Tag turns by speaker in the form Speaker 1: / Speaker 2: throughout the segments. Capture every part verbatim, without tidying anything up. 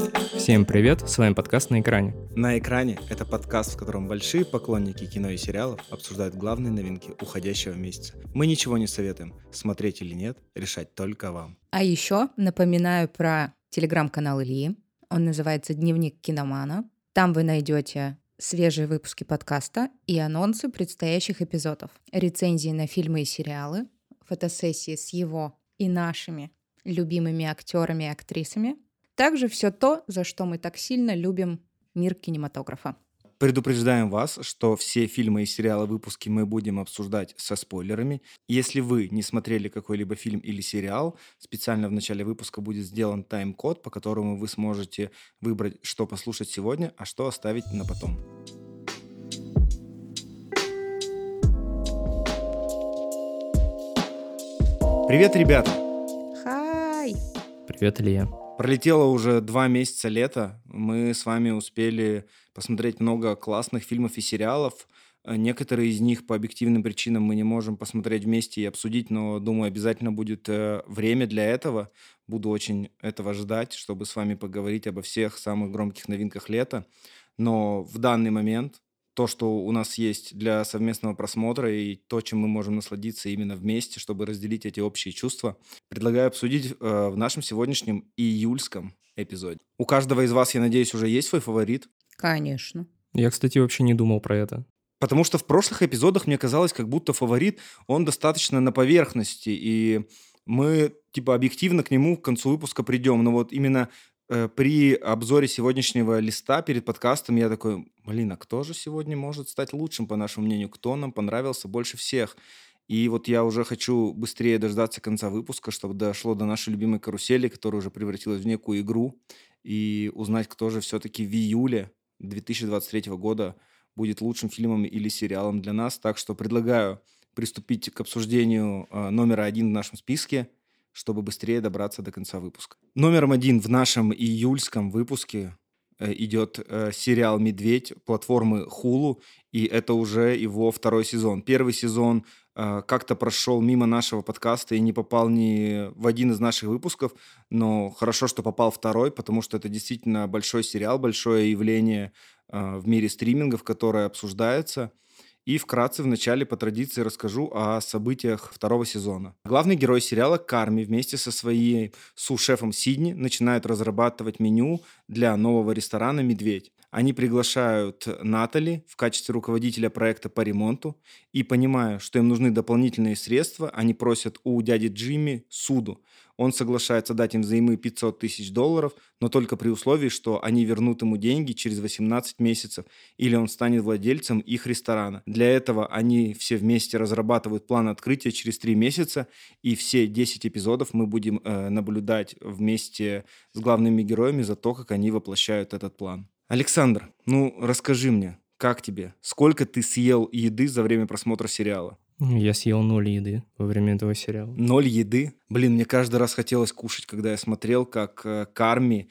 Speaker 1: Всем привет, с вами подкаст «На экране».
Speaker 2: «На экране» — это подкаст, в котором большие поклонники кино и сериалов обсуждают главные новинки уходящего месяца. Мы ничего не советуем, смотреть или нет, решать только вам.
Speaker 3: А еще напоминаю про телеграм-канал Ильи. Он называется «Дневник киномана». Там вы найдете свежие выпуски подкаста и анонсы предстоящих эпизодов, рецензии на фильмы и сериалы, фотосессии с его и нашими любимыми актерами и актрисами. Также все то, за что мы так сильно любим мир кинематографа.
Speaker 2: Предупреждаем вас, что все фильмы и сериалы выпуски мы будем обсуждать со спойлерами. Если вы не смотрели какой-либо фильм или сериал, специально в начале выпуска будет сделан тайм-код, по которому вы сможете выбрать, что послушать сегодня, а что оставить на потом. Привет, ребята!
Speaker 3: Хай!
Speaker 1: Привет, Илья.
Speaker 2: Пролетело уже два месяца лета. Мы с вами успели посмотреть много классных фильмов и сериалов. Э, Некоторые из них по объективным причинам мы не можем посмотреть вместе и обсудить, но думаю, обязательно будет э, время для этого. Буду очень этого ждать, чтобы с вами поговорить обо всех самых громких новинках лета. Но в данный момент то, что у нас есть для совместного просмотра и то, чем мы можем насладиться именно вместе, чтобы разделить эти общие чувства, предлагаю обсудить э, в нашем сегодняшнем июльском эпизоде. У каждого из вас, я надеюсь, уже есть свой фаворит.
Speaker 3: Конечно.
Speaker 1: Я, кстати, вообще не думал про это.
Speaker 2: Потому что в прошлых эпизодах мне казалось, как будто фаворит, он достаточно на поверхности, и мы, типа, объективно к нему к концу выпуска придем. Но вот именно э, при обзоре сегодняшнего листа перед подкастом я такой, блин, а кто же сегодня может стать лучшим, по нашему мнению? Кто нам понравился больше всех? И вот я уже хочу быстрее дождаться конца выпуска, чтобы дошло до нашей любимой карусели, которая уже превратилась в некую игру, и узнать, кто же все-таки в июле две тысячи двадцать третьего года будет лучшим фильмом или сериалом для нас. Так что предлагаю приступить к обсуждению э, номера один в нашем списке, чтобы быстрее добраться до конца выпуска. Номером один в нашем июльском выпуске э, идет э, сериал «Медведь» платформы Hulu, и это уже его второй сезон. Первый сезон э, как-то прошел мимо нашего подкаста и не попал ни в один из наших выпусков, но хорошо, что попал второй, потому что это действительно большой сериал, большое явление э, в мире стримингов, которое обсуждается. И вкратце вначале по традиции расскажу о событиях второго сезона. Главный герой сериала Карми вместе со своим су-шефом Сидни начинают разрабатывать меню для нового ресторана «Медведь». Они приглашают Натали в качестве руководителя проекта по ремонту, и, понимая, что им нужны дополнительные средства, они просят у дяди Джимми суду. Он соглашается дать им взаймы пятьсот тысяч долларов, но только при условии, что они вернут ему деньги через восемнадцать месяцев, или он станет владельцем их ресторана. Для этого они все вместе разрабатывают план открытия через три месяца, и все десять эпизодов мы будем э, наблюдать вместе с главными героями за то, как они воплощают этот план. Александр, ну расскажи мне, как тебе? Сколько ты съел еды за время просмотра сериала?
Speaker 1: Я съел ноль еды во время этого сериала.
Speaker 2: Ноль еды? Блин, мне каждый раз хотелось кушать, когда я смотрел, как э, Карми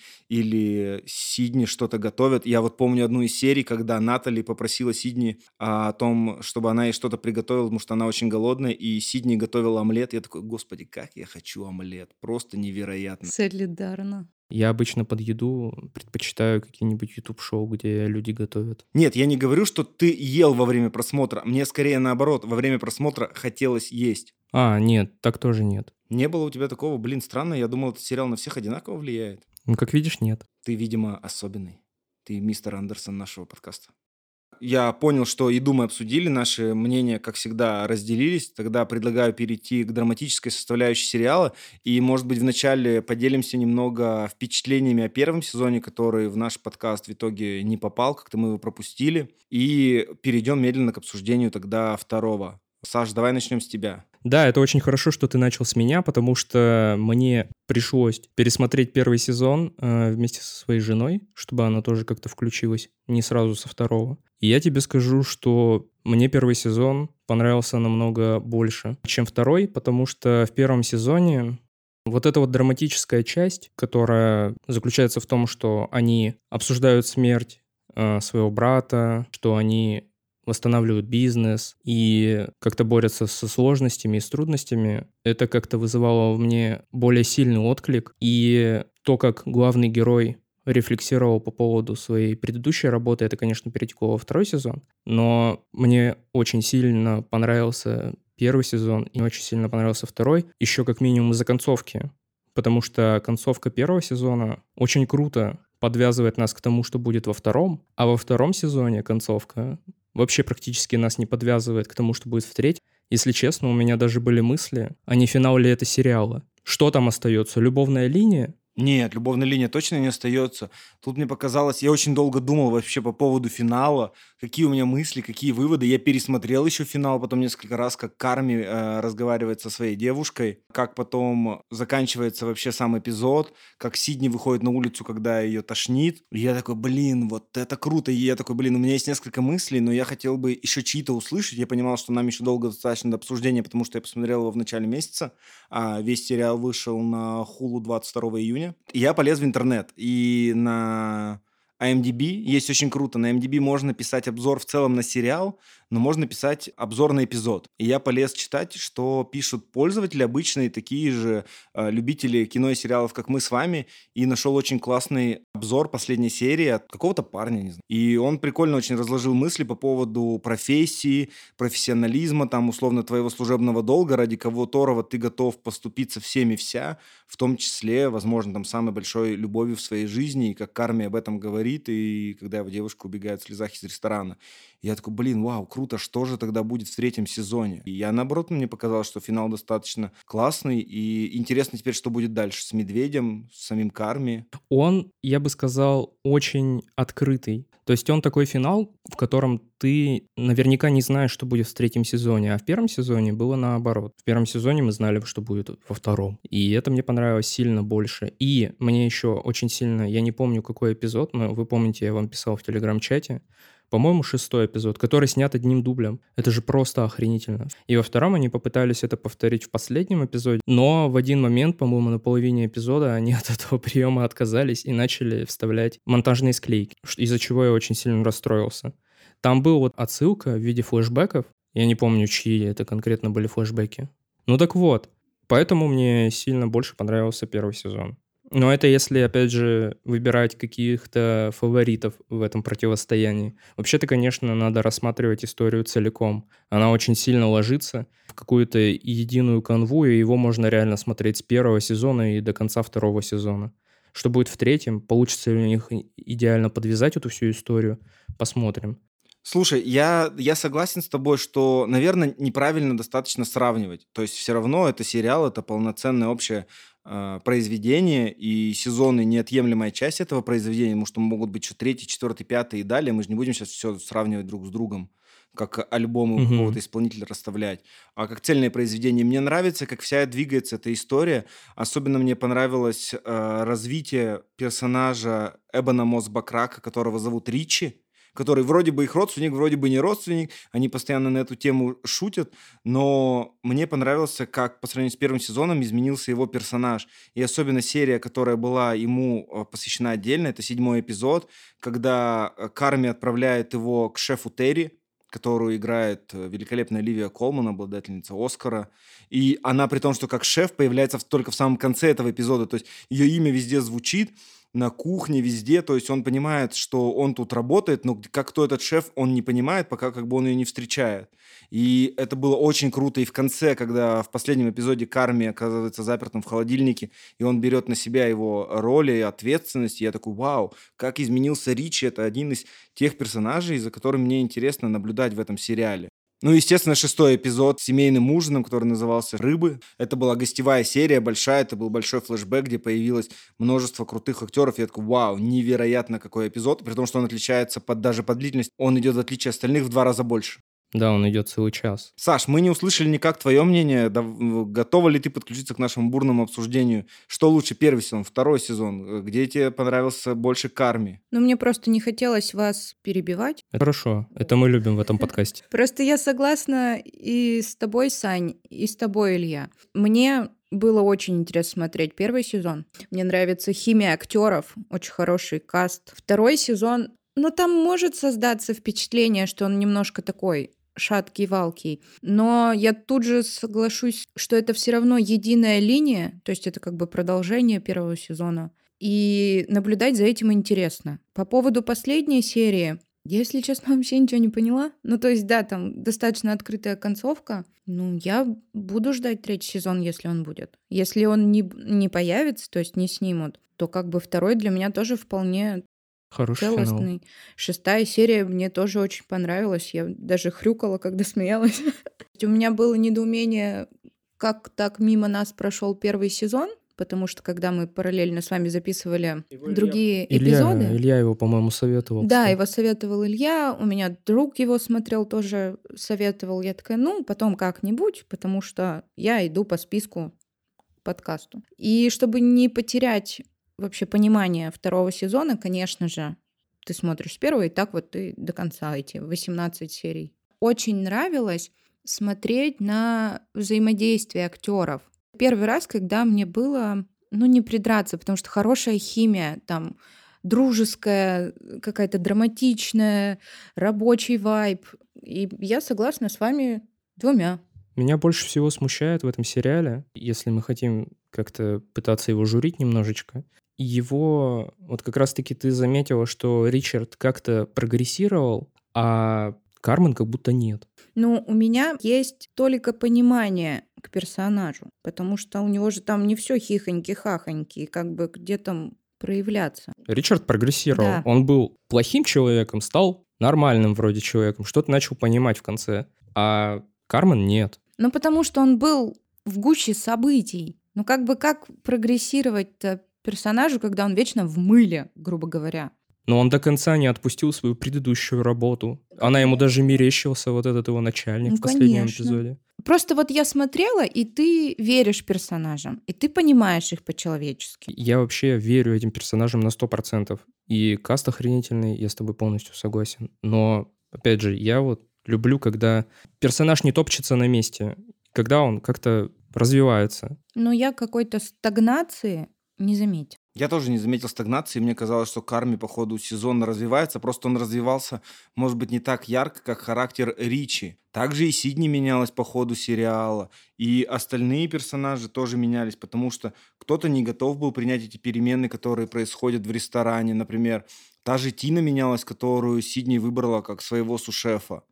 Speaker 2: или Сидни что-то готовят. Я вот помню одну из серий, когда Натали попросила Сидни а, о том, чтобы она ей что-то приготовила, потому что она очень голодная, и Сидни готовила омлет. Я такой, господи, как я хочу омлет. Просто невероятно.
Speaker 3: Солидарно.
Speaker 1: Я обычно под еду предпочитаю какие-нибудь YouTube-шоу, где люди готовят.
Speaker 2: Нет, я не говорю, что ты ел во время просмотра. Мне скорее наоборот, во время просмотра хотелось есть.
Speaker 1: А, нет, так тоже нет.
Speaker 2: Не было у тебя такого? Блин, странно, я думал, этот сериал на всех одинаково влияет.
Speaker 1: Ну, как видишь, нет.
Speaker 2: Ты, видимо, особенный. Ты мистер Андерсон нашего подкаста. Я понял, что еду мы обсудили, наши мнения, как всегда, разделились. Тогда предлагаю перейти к драматической составляющей сериала. И, может быть, вначале поделимся немного впечатлениями о первом сезоне, который в наш подкаст в итоге не попал, как-то мы его пропустили. И перейдем медленно к обсуждению тогда второго. Саш, давай начнем с тебя.
Speaker 1: Да, это очень хорошо, что ты начал с меня, потому что мне пришлось пересмотреть первый сезон э, вместе со своей женой, чтобы она тоже как-то включилась, не сразу со второго. И я тебе скажу, что мне первый сезон понравился намного больше, чем второй, потому что в первом сезоне вот эта вот драматическая часть, которая заключается в том, что они обсуждают смерть э, своего брата, что они восстанавливают бизнес и как-то борются со сложностями и с трудностями, это как-то вызывало в мне более сильный отклик. И то, как главный герой рефлексировал по поводу своей предыдущей работы, это, конечно, перетекло во второй сезон, но мне очень сильно понравился первый сезон и очень сильно понравился второй, еще как минимум из-за концовки, потому что концовка первого сезона очень круто подвязывает нас к тому, что будет во втором, а во втором сезоне концовка вообще практически нас не подвязывает к тому, что будет в третьем. Если честно, у меня даже были мысли, а не финал ли это сериала. Что там остается? Любовная линия?
Speaker 2: Нет, любовная линия точно не остается. Тут мне показалось, я очень долго думал вообще по поводу финала, какие у меня мысли, какие выводы. Я пересмотрел еще финал потом несколько раз, как Карми э, разговаривает со своей девушкой, как потом заканчивается вообще сам эпизод, как Сидни выходит на улицу, когда ее тошнит. И я такой, блин, вот это круто. И я такой, блин, у меня есть несколько мыслей, но я хотел бы еще чьи-то услышать. Я понимал, что нам еще долго достаточно до обсуждения, потому что я посмотрел его в начале месяца, а весь сериал вышел на Hulu двадцать второго июня. И я полез в интернет, и на ай эм ди би есть очень круто. На ай эм ди би можно писать обзор в целом на сериал, но можно писать обзор на эпизод. И я полез читать, что пишут пользователи обычные, такие же э, любители кино и сериалов, как мы с вами, и нашел очень классный обзор последней серии от какого-то парня, не знаю. И он прикольно очень разложил мысли по поводу профессии, профессионализма, там, условно, твоего служебного долга, ради кого Торова ты готов поступиться всеми вся, в том числе, возможно, там, самой большой любовью в своей жизни, и как Карми об этом говорит, и когда его девушка убегает в слезах из ресторана. И я такой, блин, вау, круто, что же тогда будет в третьем сезоне? И я, наоборот, мне показалось, что финал достаточно классный, и интересно теперь, что будет дальше с Медведем, с самим Карми.
Speaker 1: Он, я бы сказал, очень открытый. То есть он такой финал, в котором ты наверняка не знаешь, что будет в третьем сезоне, а в первом сезоне было наоборот. В первом сезоне мы знали, что будет во втором. И это мне понравилось сильно больше. И мне еще очень сильно, я не помню, какой эпизод, но вы помните, я вам писал в телеграм-чате, по-моему, шестой эпизод, который снят одним дублем. Это же просто охренительно. И во втором они попытались это повторить в последнем эпизоде, но в один момент, по-моему, на половине эпизода они от этого приема отказались и начали вставлять монтажные склейки, ш- из-за чего я очень сильно расстроился. Там была вот отсылка в виде флешбеков. Я не помню, чьи это конкретно были флешбеки. Ну так вот, поэтому мне сильно больше понравился первый сезон. Но это если, опять же, выбирать каких-то фаворитов в этом противостоянии. Вообще-то, конечно, надо рассматривать историю целиком. Она очень сильно ложится в какую-то единую канву, и его можно реально смотреть с первого сезона и до конца второго сезона. Что будет в третьем? Получится ли у них и- идеально подвязать эту всю историю? Посмотрим.
Speaker 2: Слушай, я, я согласен с тобой, что, наверное, неправильно достаточно сравнивать. То есть все равно это сериал, это полноценное общее э, произведение, и сезоны неотъемлемая часть этого произведения, потому что могут быть еще третий, четвертый, пятый и далее. Мы же не будем сейчас все сравнивать друг с другом, как альбомы у какого-то
Speaker 1: Мгм.
Speaker 2: исполнителя расставлять. А как цельное произведение. Мне нравится, как вся двигается эта история. Особенно мне понравилось э, развитие персонажа Эбона Мосс-Бакрака, которого зовут Ричи, который вроде бы их родственник, вроде бы не родственник. Они постоянно на эту тему шутят, но мне понравился, как по сравнению с первым сезоном изменился его персонаж. И особенно серия, которая была ему э, посвящена отдельно, это седьмой эпизод, когда э, Карми отправляет его к шефу Терри, которую играет э, великолепная Оливия Колман, обладательница Оскара. И она, при том, что как шеф, появляется в- только в самом конце этого эпизода. То есть ее имя везде звучит, на кухне, везде. То есть он понимает, что он тут работает, но как кто этот шеф, он не понимает, пока как бы он ее не встречает. И это было очень круто. И в конце, когда в последнем эпизоде Карми оказывается запертым в холодильнике, и он берет на себя его роли и ответственность, я такой, вау, как изменился Ричи. Это один из тех персонажей, за которым мне интересно наблюдать в этом сериале. Ну, естественно, шестой эпизод с семейным ужином, который назывался «Рыбы». Это была гостевая серия большая, это был большой флешбэк, где появилось множество крутых актеров. Я такой, вау, невероятно какой эпизод, при том, что он отличается под, даже по длительности. Он идет, в отличие от остальных, в два раза больше.
Speaker 1: Да, он идет целый час.
Speaker 2: Саш, мы не услышали никак твое мнение. Да, в- готова ли ты подключиться к нашему бурному обсуждению? Что лучше, первый сезон, второй сезон? Э, Где тебе понравился больше Карми?
Speaker 3: Но мне просто не хотелось вас перебивать.
Speaker 1: Это хорошо, это мы любим в этом подкасте.
Speaker 3: Просто я согласна и с тобой, Сань, и с тобой, Илья. Мне было очень интересно смотреть первый сезон. Мне нравится химия актеров, очень хороший каст. Второй сезон, ну там может создаться впечатление, что он немножко такой шаткий-валкий. Но я тут же соглашусь, что это все равно единая линия, то есть это как бы продолжение первого сезона. И наблюдать за этим интересно. По поводу последней серии, я, если честно, вообще ничего не поняла. Ну, то есть, да, там достаточно открытая концовка. Ну, я буду ждать третий сезон, если он будет. Если он не, не появится, то есть не снимут, то как бы второй для меня тоже вполне
Speaker 1: Хороший финал.
Speaker 3: целостный. Шестая серия мне тоже очень понравилась. Я даже хрюкала, когда смеялась. У меня было недоумение, как так мимо нас прошел первый сезон, потому что когда мы параллельно с вами записывали другие
Speaker 1: Илья,
Speaker 3: эпизоды...
Speaker 1: Илья его, по-моему, советовал.
Speaker 3: Да,
Speaker 1: кстати.
Speaker 3: его советовал Илья, у меня друг его смотрел, тоже советовал. Я такая, ну, потом как-нибудь, потому что я иду по списку к подкасту. И чтобы не потерять вообще понимание второго сезона, конечно же, ты смотришь с первого, и так вот ты до конца эти восемнадцать серий. Очень нравилось смотреть на взаимодействие актеров. Первый раз, когда мне было, ну, не придраться, потому что хорошая химия, там, дружеская, какая-то драматичная, рабочий вайб. И я согласна с вами двумя.
Speaker 1: Меня больше всего смущает в этом сериале, если мы хотим как-то пытаться его журить немножечко, его, вот как раз-таки ты заметила, что Ричард как-то прогрессировал, а Кармен как будто нет.
Speaker 3: Ну, у меня есть только понимание к персонажу, потому что у него же там не все хихоньки-хахоньки, и как бы где там проявляться.
Speaker 1: Ричард прогрессировал.
Speaker 3: Да.
Speaker 1: Он был плохим человеком, стал нормальным вроде человеком, что-то начал понимать в конце. А Кармен нет.
Speaker 3: Ну, потому что он был в гуще событий. Ну, как бы как прогрессировать-то персонажу, когда он вечно в мыле, грубо говоря?
Speaker 1: Но он до конца не отпустил свою предыдущую работу. Она ему даже мерещился, вот этот его начальник
Speaker 3: Ну,
Speaker 1: в последнем
Speaker 3: конечно.
Speaker 1: эпизоде.
Speaker 3: Просто вот я смотрела, и ты веришь персонажам, и ты понимаешь их по-человечески.
Speaker 1: Я вообще верю этим персонажам на сто процентов. И каст охренительный, я с тобой полностью согласен. Но, опять же, я вот люблю, когда персонаж не топчется на месте, когда он как-то развивается.
Speaker 3: Но я какой-то стагнации не заметила.
Speaker 2: Я тоже не заметил стагнации. Мне казалось, что Карми по ходу сезона развивается. Просто он развивался, может быть, не так ярко, как характер Ричи. Также и Сидни менялась по ходу сериала. И остальные персонажи тоже менялись, потому что кто-то не готов был принять эти перемены, которые происходят в ресторане. Например, та же Тина менялась, которую Сидни выбрала как своего сушефа.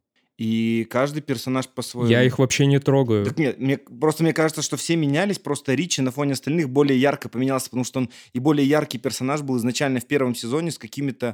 Speaker 2: И каждый персонаж по-своему.
Speaker 1: Я их вообще не трогаю.
Speaker 2: Так нет, мне, просто мне кажется, что все менялись, просто Ричи на фоне остальных более ярко поменялся, потому что он и более яркий персонаж был изначально в первом сезоне с какими-то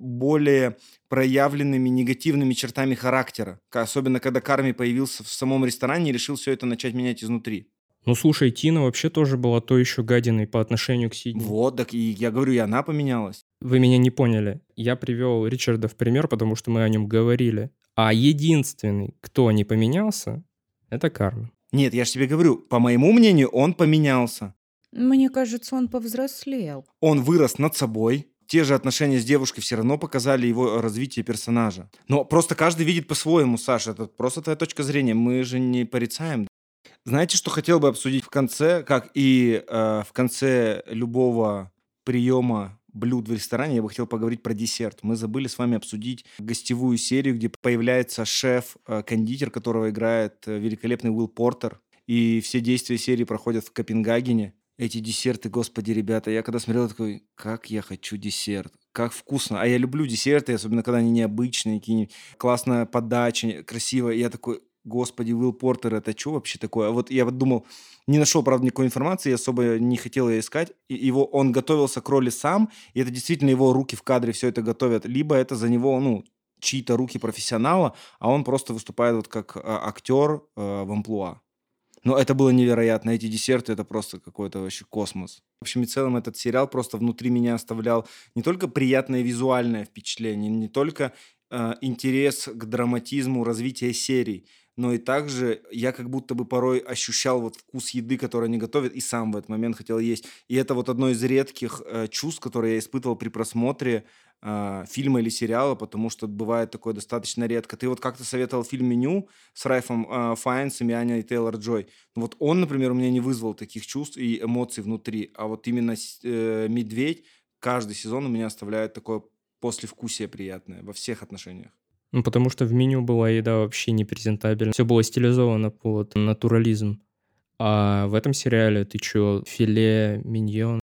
Speaker 2: более проявленными негативными чертами характера. Ка- Особенно, когда Карми появился в самом ресторане и решил все это начать менять изнутри.
Speaker 1: Ну, слушай, Тина вообще тоже была то еще гадиной по отношению к Сидни.
Speaker 2: Вот, так и я говорю, и она поменялась.
Speaker 1: Вы меня не поняли. Я привел Ричарда в пример, потому что мы о нем говорили. А единственный, кто не поменялся, это Кармен.
Speaker 2: Нет, я же тебе говорю, по моему мнению, он поменялся.
Speaker 3: Мне кажется, он повзрослел.
Speaker 2: Он вырос над собой. Те же отношения с девушкой все равно показали его развитие персонажа. Но просто каждый видит по-своему, Саша. Это просто твоя точка зрения. Мы же не порицаем. Знаете, что хотел бы обсудить в конце, как и э, в конце любого приема блюд в ресторане, я бы хотел поговорить про десерт. Мы забыли с вами обсудить гостевую серию, где появляется шеф-кондитер, которого играет э, великолепный Уилл Портер. И все действия серии проходят в Копенгагене. Эти десерты, господи, ребята, я когда смотрел, такой, как я хочу десерт, как вкусно. А я люблю десерты, особенно когда они необычные, какие-нибудь классная подача, красивая. И я такой, господи, Уилл Портер, это что вообще такое? А вот я вот думал, не нашел, правда, никакой информации, особо не хотел ее искать. И его, он готовился к роли сам, и это действительно его руки в кадре все это готовят. Либо это за него, ну, чьи-то руки профессионала, а он просто выступает вот как а, актер а, в амплуа. Но это было невероятно. Эти десерты — это просто какой-то вообще космос. В общем и целом этот сериал просто внутри меня оставлял не только приятное визуальное впечатление, не только э, интерес к драматизму развития серий, но и также я как будто бы порой ощущал вот вкус еды, которую они готовят, и сам в этот момент хотел есть. И это вот одно из редких э, чувств, которые я испытывал при просмотре э, фильма или сериала, потому что бывает такое достаточно редко. Ты вот как-то советовал фильм «Меню» с Райфом э, Файнсом и Аней Тейлор-Джой. Вот он, например, у меня не вызвал таких чувств и эмоций внутри, а вот именно с- э, «Медведь» каждый сезон у меня оставляет такое послевкусие приятное во всех отношениях.
Speaker 1: Ну, потому что в меню была еда вообще не презентабельна. Все было стилизовано под натурализм. А в этом сериале ты чё, филе, миньон,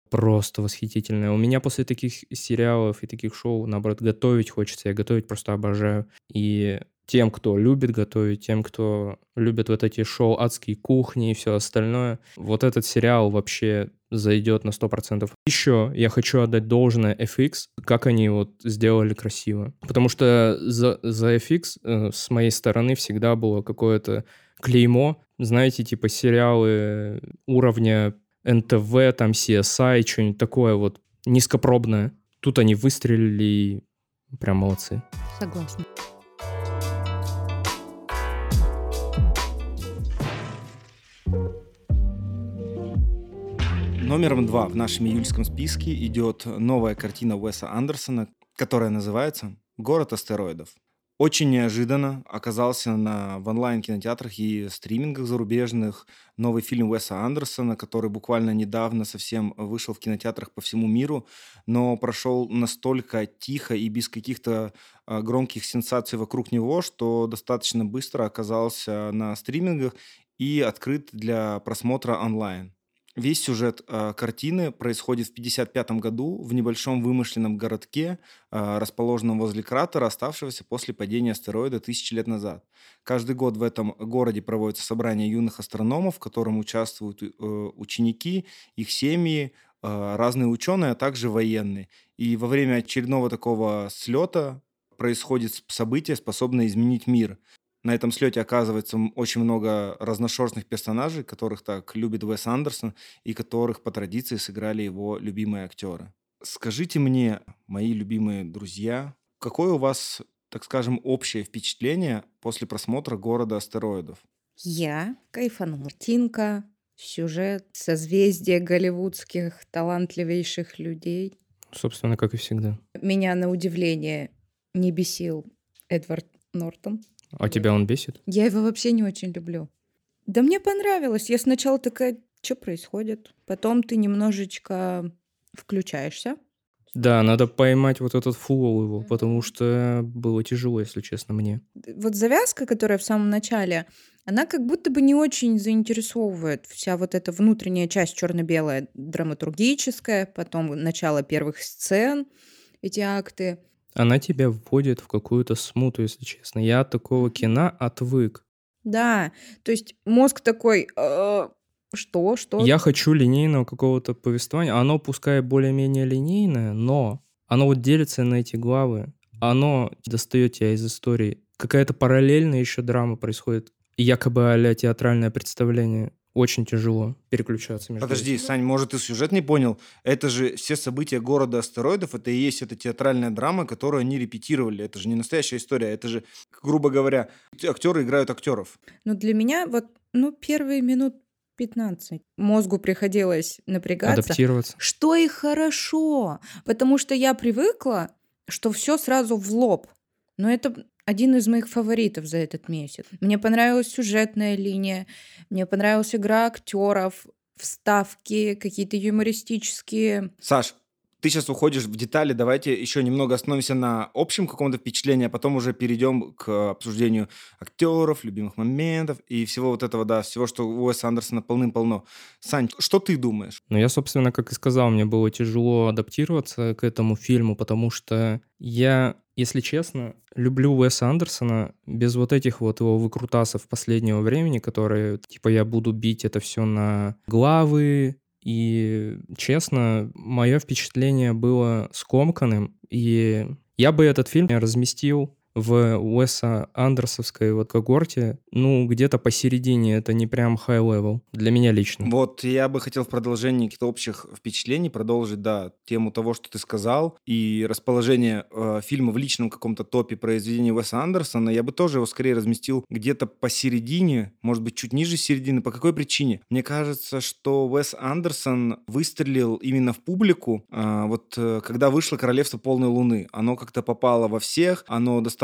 Speaker 1: просто восхитительная. У меня после таких сериалов и таких шоу, наоборот, готовить хочется. Я готовить просто обожаю. И тем, кто любит готовить, тем, кто любит вот эти шоу «Адские кухни» и все остальное, вот этот сериал вообще зайдет на сто процентов. Еще я хочу отдать должное эф икс, как они вот сделали красиво. Потому что за, за эф икс э, с моей стороны всегда было какое-то клеймо. Знаете, типа сериалы уровня эн тэ вэ, там си эс ай, что-нибудь такое вот низкопробное. Тут они выстрелили и прям молодцы.
Speaker 3: Согласна.
Speaker 2: Номером два в нашем июльском списке идет новая картина Уэса Андерсона, которая называется «Город астероидов». Очень неожиданно оказался на, в онлайн-кинотеатрах и стримингах зарубежных новый фильм Уэса Андерсона, который буквально недавно совсем вышел в кинотеатрах по всему миру, но прошел настолько тихо и без каких-то а, громких сенсаций вокруг него, что достаточно быстро оказался на стримингах и открыт для просмотра онлайн. Весь сюжет э, картины происходит в пятьдесят пятом году в небольшом вымышленном городке, э, расположенном возле кратера, оставшегося после падения астероида тысячи лет назад. Каждый год в этом городе проводится собрание юных астрономов, в котором участвуют э, ученики, их семьи, э, разные ученые, а также военные. И во время очередного такого слета происходит событие, способное изменить мир. На этом слете оказывается м- очень много разношерстных персонажей, которых так любит Уэс Андерсон и которых по традиции сыграли его любимые актеры. Скажите мне, мои любимые друзья, какое у вас, так скажем, общее впечатление после просмотра «Города астероидов»?
Speaker 3: Я кайфанула. Тинка, сюжет, созвездие голливудских талантливейших людей.
Speaker 1: Собственно, как и всегда.
Speaker 3: Меня на удивление не бесил Эдвард Нортон.
Speaker 1: А тебя он бесит?
Speaker 3: Я его вообще не очень люблю. Да мне понравилось. Я сначала такая, что происходит? Потом ты немножечко включаешься.
Speaker 1: Да, надо поймать вот этот флоу его, потому что было тяжело, если честно, мне.
Speaker 3: Вот завязка, которая в самом начале, она как будто бы не очень заинтересовывает. Вся вот эта внутренняя часть черно-белая, драматургическая, потом начало первых сцен, эти акты.
Speaker 1: Она тебя вводит в какую-то смуту, если честно. Я от такого кино отвык.
Speaker 3: Да, то есть мозг такой, «Э, что, что?
Speaker 1: Я хочу линейного какого-то повествования. Оно пускай более-менее линейное, но оно вот делится на эти главы. Оно достает тебя из истории. Какая-то параллельная еще драма происходит. Якобы а-ля театральное представление. Очень тяжело переключаться между
Speaker 2: Подожди,
Speaker 1: этим.
Speaker 2: Сань, может, ты сюжет не понял? Это же все события «Города астероидов», это и есть эта театральная драма, которую они репетировали. Это же не настоящая история, это же, грубо говоря, актеры играют актеров.
Speaker 3: Ну, для меня вот, ну, первые минут пятнадцать мозгу приходилось напрягаться,
Speaker 1: Адаптироваться.
Speaker 3: что и хорошо, потому что я привыкла, что все сразу в лоб. Но это один из моих фаворитов за этот месяц. Мне понравилась сюжетная линия, мне понравилась игра актеров, вставки какие-то юмористические.
Speaker 2: Саш, ты сейчас уходишь в детали, давайте еще немного остановимся на общем каком-то впечатлении, а потом уже перейдем к обсуждению актеров, любимых моментов и всего вот этого, да, всего, что у Уэса Андерсона полным-полно. Сань, что ты думаешь?
Speaker 1: Ну, я, собственно, как и сказал, мне было тяжело адаптироваться к этому фильму, потому что я, если честно, люблю Уэса Андерсона без вот этих вот его выкрутасов последнего времени, которые, типа, я буду бить это все на главы. И, честно, мое впечатление было скомканным, и я бы этот фильм разместил в Уэса Андерсовской вот когорте, ну, где-то посередине, это не прям high-level, для меня лично.
Speaker 2: Вот я бы хотел в продолжении каких-то общих впечатлений продолжить, да, тему того, что ты сказал, и расположение э, фильма в личном каком-то топе произведений Уэса Андерсона. Я бы тоже его скорее разместил где-то посередине, может быть, чуть ниже середины. По какой причине? Мне кажется, что Уэс Андерсон выстрелил именно в публику, э, вот э, когда вышло «Королевство полной луны». Оно как-то попало во всех, оно достаточно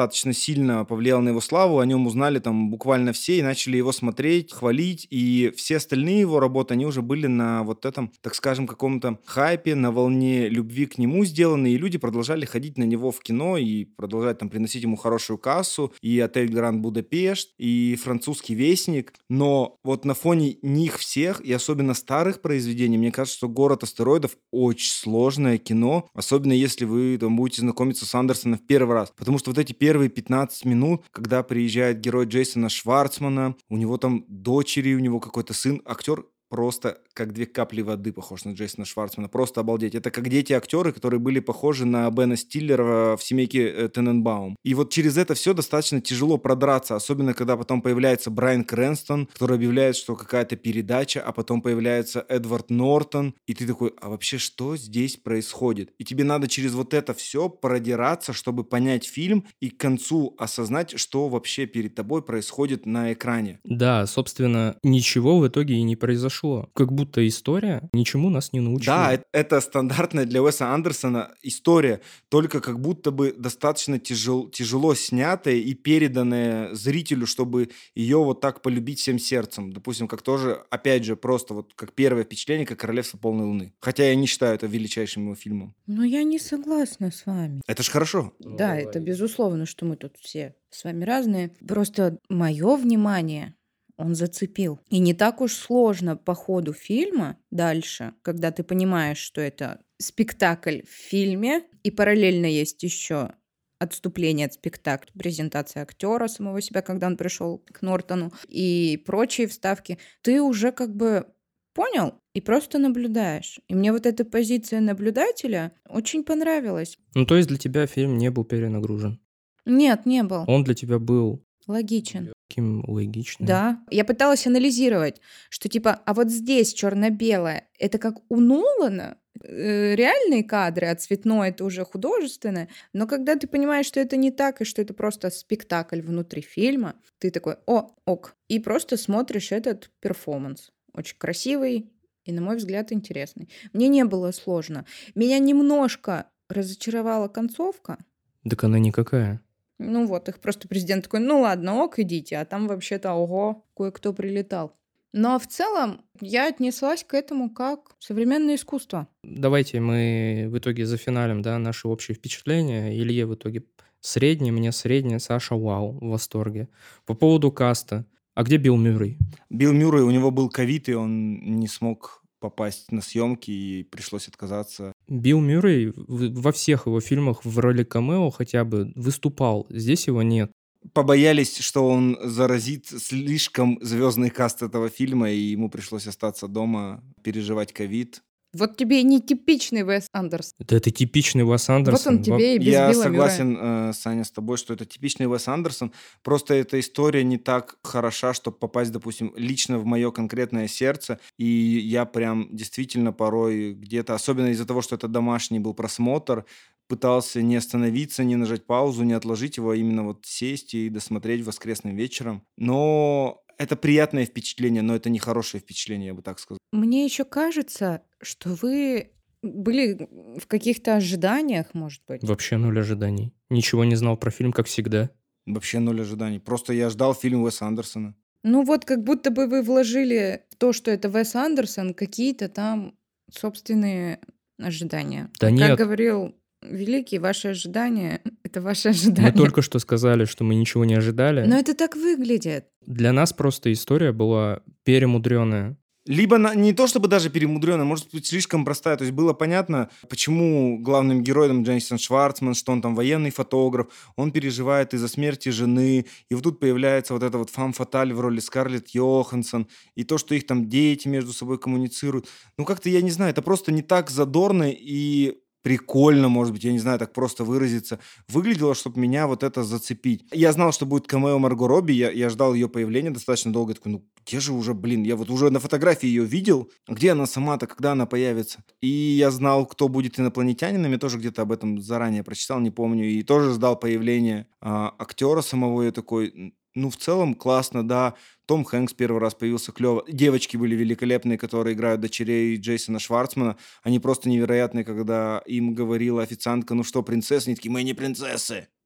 Speaker 2: достаточно сильно повлиял на его славу, о нем узнали там буквально все и начали его смотреть, хвалить, и все остальные его работы, они уже были на вот этом, так скажем, каком-то хайпе, на волне любви к нему сделаны, и люди продолжали ходить на него в кино и продолжать там приносить ему хорошую кассу, и «Отель Гранд Будапешт», и «Французский вестник», но вот на фоне них всех, и особенно старых произведений, мне кажется, что «Город астероидов» очень сложное кино, особенно если вы там будете знакомиться с Андерсоном в первый раз, потому что вот эти первые пятнадцать минут, когда приезжает герой Джейсона Шварцмана, у него там дочери, у него какой-то сын, актер просто как две капли воды похож на Джейсона Шварцмана. Просто обалдеть. Это как дети-актеры, которые были похожи на Бена Стиллера в «Семейке э, Тененбаум». И вот через это все достаточно тяжело продраться, особенно когда потом появляется Брайан Крэнстон, который объявляет, что какая-то передача, а потом появляется Эдвард Нортон, и ты такой, а вообще что здесь происходит? И тебе надо через вот это все продираться, чтобы понять фильм и к концу осознать, что вообще перед тобой происходит на экране.
Speaker 1: Да, собственно, ничего в итоге и не произошло. Как будто история ничему нас не научила.
Speaker 2: Да, это, это стандартная для Уэса Андерсона история, только как будто бы достаточно тяжел, тяжело снятая и переданная зрителю, чтобы ее вот так полюбить всем сердцем. Допустим, как тоже, опять же, просто вот как первое впечатление, как «Королевство полной луны». Хотя я не считаю это величайшим его фильмом.
Speaker 3: Но я не согласна с вами.
Speaker 2: Это ж хорошо.
Speaker 1: Ну,
Speaker 3: Да,
Speaker 1: давай.
Speaker 3: это безусловно, что мы тут все с вами разные. Просто мое внимание он зацепил. И не так уж сложно по ходу фильма дальше, когда ты понимаешь, что это спектакль в фильме, и параллельно есть еще отступление от спектакля, презентация актера самого себя, когда он пришел к Нортону, и прочие вставки. Ты уже как бы понял и просто наблюдаешь. И мне вот эта позиция наблюдателя очень понравилась.
Speaker 1: Ну, то есть для тебя фильм не был перенагружен?
Speaker 3: Нет, не был.
Speaker 1: Он для тебя был
Speaker 3: Логичен.
Speaker 1: таким логичным?
Speaker 3: Да. Я пыталась анализировать, что типа, а вот здесь черно-белое, это как у Нолана, э, реальные кадры, а цветное это уже художественное. Но когда ты понимаешь, что это не так, и что это просто спектакль внутри фильма, ты такой, о, ок. И просто смотришь этот перформанс. Очень красивый и, на мой взгляд, интересный. Мне не было сложно. Меня немножко разочаровала концовка.
Speaker 1: Так она никакая.
Speaker 3: Ну вот, их просто президент такой, ну ладно, ок, идите, а там вообще-то, ого, кое-кто прилетал. Но в целом я отнеслась к этому как современное искусство.
Speaker 1: Давайте мы в итоге зафиналим, да, наши общие впечатления. Илье в итоге среднее, мне среднее, Саша вау, в восторге. По поводу каста. А где Билл Мюррей?
Speaker 2: Билл Мюррей, у него был ковид, и он не смог попасть на съемки, и пришлось отказаться.
Speaker 1: Билл Мюррей в- во всех его фильмах в роли камео хотя бы выступал. Здесь его нет.
Speaker 2: Побоялись, что он заразит слишком звездный каст этого фильма, и ему пришлось остаться дома, переживать ковид.
Speaker 3: Вот тебе и нетипичный Уэс Андерсон.
Speaker 1: Это, это типичный Уэс
Speaker 3: Вот
Speaker 1: Андерсон.
Speaker 3: он тебе и без
Speaker 2: Я
Speaker 3: Билла Мюррея.
Speaker 2: согласен, э, Саня, с тобой, что это типичный Уэс Андерсон. Просто эта история не так хороша, чтобы попасть, допустим, лично в мое конкретное сердце. И я прям действительно порой где-то, особенно из-за того, что это домашний был просмотр, пытался не остановиться, не нажать паузу, не отложить его, а именно вот сесть и досмотреть воскресным вечером. Но это приятное впечатление, но это не хорошее впечатление, я бы так сказал.
Speaker 3: Мне еще кажется, что вы были в каких-то ожиданиях, может быть.
Speaker 1: Вообще ноль ожиданий. Ничего не знал про фильм, как всегда.
Speaker 2: Вообще ноль ожиданий. Просто я ждал фильм Уэса Андерсона.
Speaker 3: Ну вот как будто бы вы вложили в то, что это Уэс Андерсон, какие-то там собственные ожидания.
Speaker 1: Да
Speaker 3: Как
Speaker 1: нет.
Speaker 3: говорил Великий, ваши ожидания — это ваши
Speaker 1: Мы
Speaker 3: ожидания.
Speaker 1: только что сказали, что мы ничего не ожидали.
Speaker 3: Но это так выглядит.
Speaker 1: Для нас просто история была перемудренная.
Speaker 2: Либо на- не то чтобы даже перемудренная, может быть, слишком простая. То есть было понятно, почему главным героем Джейсон Шварцман, что он там военный фотограф, он переживает из-за смерти жены, и вот тут появляется вот эта вот фам-фаталь в роли Скарлетт Йоханссон, и то, что их там дети между собой коммуницируют. Ну, как-то, я не знаю, это просто не так задорно и прикольно, может быть, я не знаю, так просто выразиться, выглядело, чтобы меня вот это зацепить. Я знал, что будет камео Марго Робби, я, я ждал ее появления достаточно долго, я такой, ну, где же уже, блин, я вот уже на фотографии ее видел, где она сама-то, когда она появится? И я знал, кто будет инопланетянином, я тоже где-то об этом заранее прочитал, не помню, и тоже ждал появления а, актера самого, я такой, ну, в целом классно, да. Том Хэнкс первый раз появился клево. Девочки были великолепные, которые играют дочерей Джейсона Шварцмана. Они просто невероятные, когда им говорила официантка, ну что, принцессы? Они такие, мы не принцессы.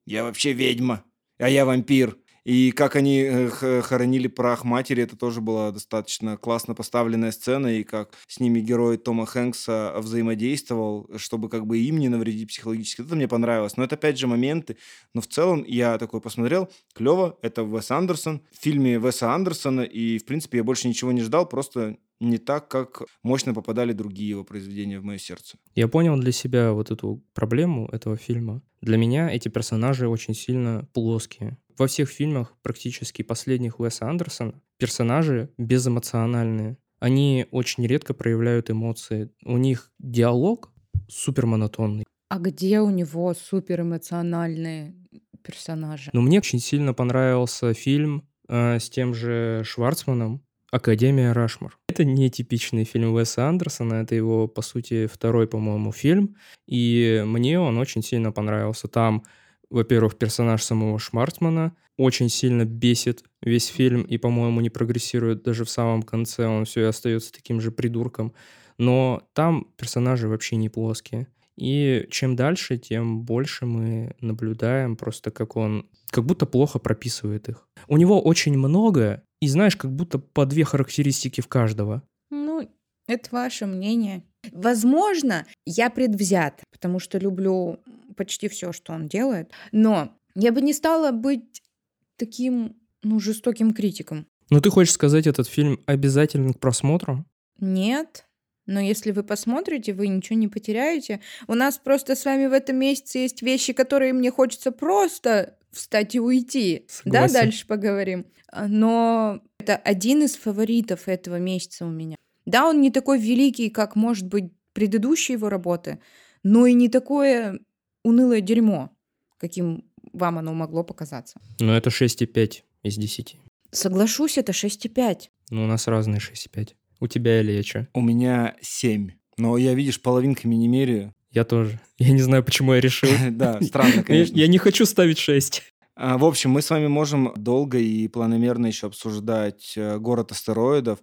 Speaker 2: я вообще ведьма, а я вампир. И как они э, х- хоронили прах матери, это тоже была достаточно классно поставленная сцена, и как с ними герой Тома Хэнкса взаимодействовал, чтобы как бы им не навредить психологически. Это мне понравилось. Но это опять же моменты. Но в целом я такой посмотрел, клево, это Уэс Андерсон. В фильме Уэса Андерсона, и в принципе я больше ничего не ждал, просто не так, как мощно попадали другие его произведения в мое сердце.
Speaker 1: Я понял для себя вот эту проблему этого фильма. Для меня эти персонажи очень сильно плоские. Во всех фильмах, практически последних Уэса Андерсона, персонажи безэмоциональные. Они очень редко проявляют эмоции. У них диалог супер монотонный.
Speaker 3: А где у него суперэмоциональные персонажи?
Speaker 1: Но мне очень сильно понравился фильм э, с тем же Шварцманом «Академия Рашмор». Это не типичный фильм Уэса Андерсона, это его, по сути, второй, по-моему, фильм, и мне он очень сильно понравился. Там, во-первых, персонаж самого Шварцмана очень сильно бесит весь фильм и, по-моему, не прогрессирует даже в самом конце, он все и остается таким же придурком. Но там персонажи вообще не плоские. И чем дальше, тем больше мы наблюдаем просто, как он как будто плохо прописывает их. У него очень много, и знаешь, как будто по две характеристики в каждого.
Speaker 3: Ну, это ваше мнение. Возможно, я предвзят, потому что люблю почти все, что он делает, но я бы не стала быть таким, ну, жестоким критиком.
Speaker 1: Но ты хочешь сказать, этот фильм обязателен к просмотру?
Speaker 3: Нет, но если вы посмотрите, вы ничего не потеряете. У нас просто с вами в этом месяце есть вещи, которые мне хочется просто встать и уйти. Да,
Speaker 1: Согласен.
Speaker 3: дальше поговорим. А, Но это один из фаворитов этого месяца у меня. Да, он не такой великий, как, может быть, предыдущие его работы, но и не такое унылое дерьмо, каким вам оно могло показаться.
Speaker 1: Но это шесть и пять из десяти.
Speaker 3: Соглашусь, это шесть и пять.
Speaker 1: Ну, у нас разные шесть и пять. У тебя или я чё?
Speaker 2: У меня семь. Но я, видишь, половинками не меряю.
Speaker 1: Я тоже. Я не знаю, почему я решил.
Speaker 2: Да, странно,
Speaker 1: Я,
Speaker 2: конечно.
Speaker 1: я не хочу ставить шесть.
Speaker 2: А, В общем, мы с вами можем долго и планомерно еще обсуждать э, город астероидов.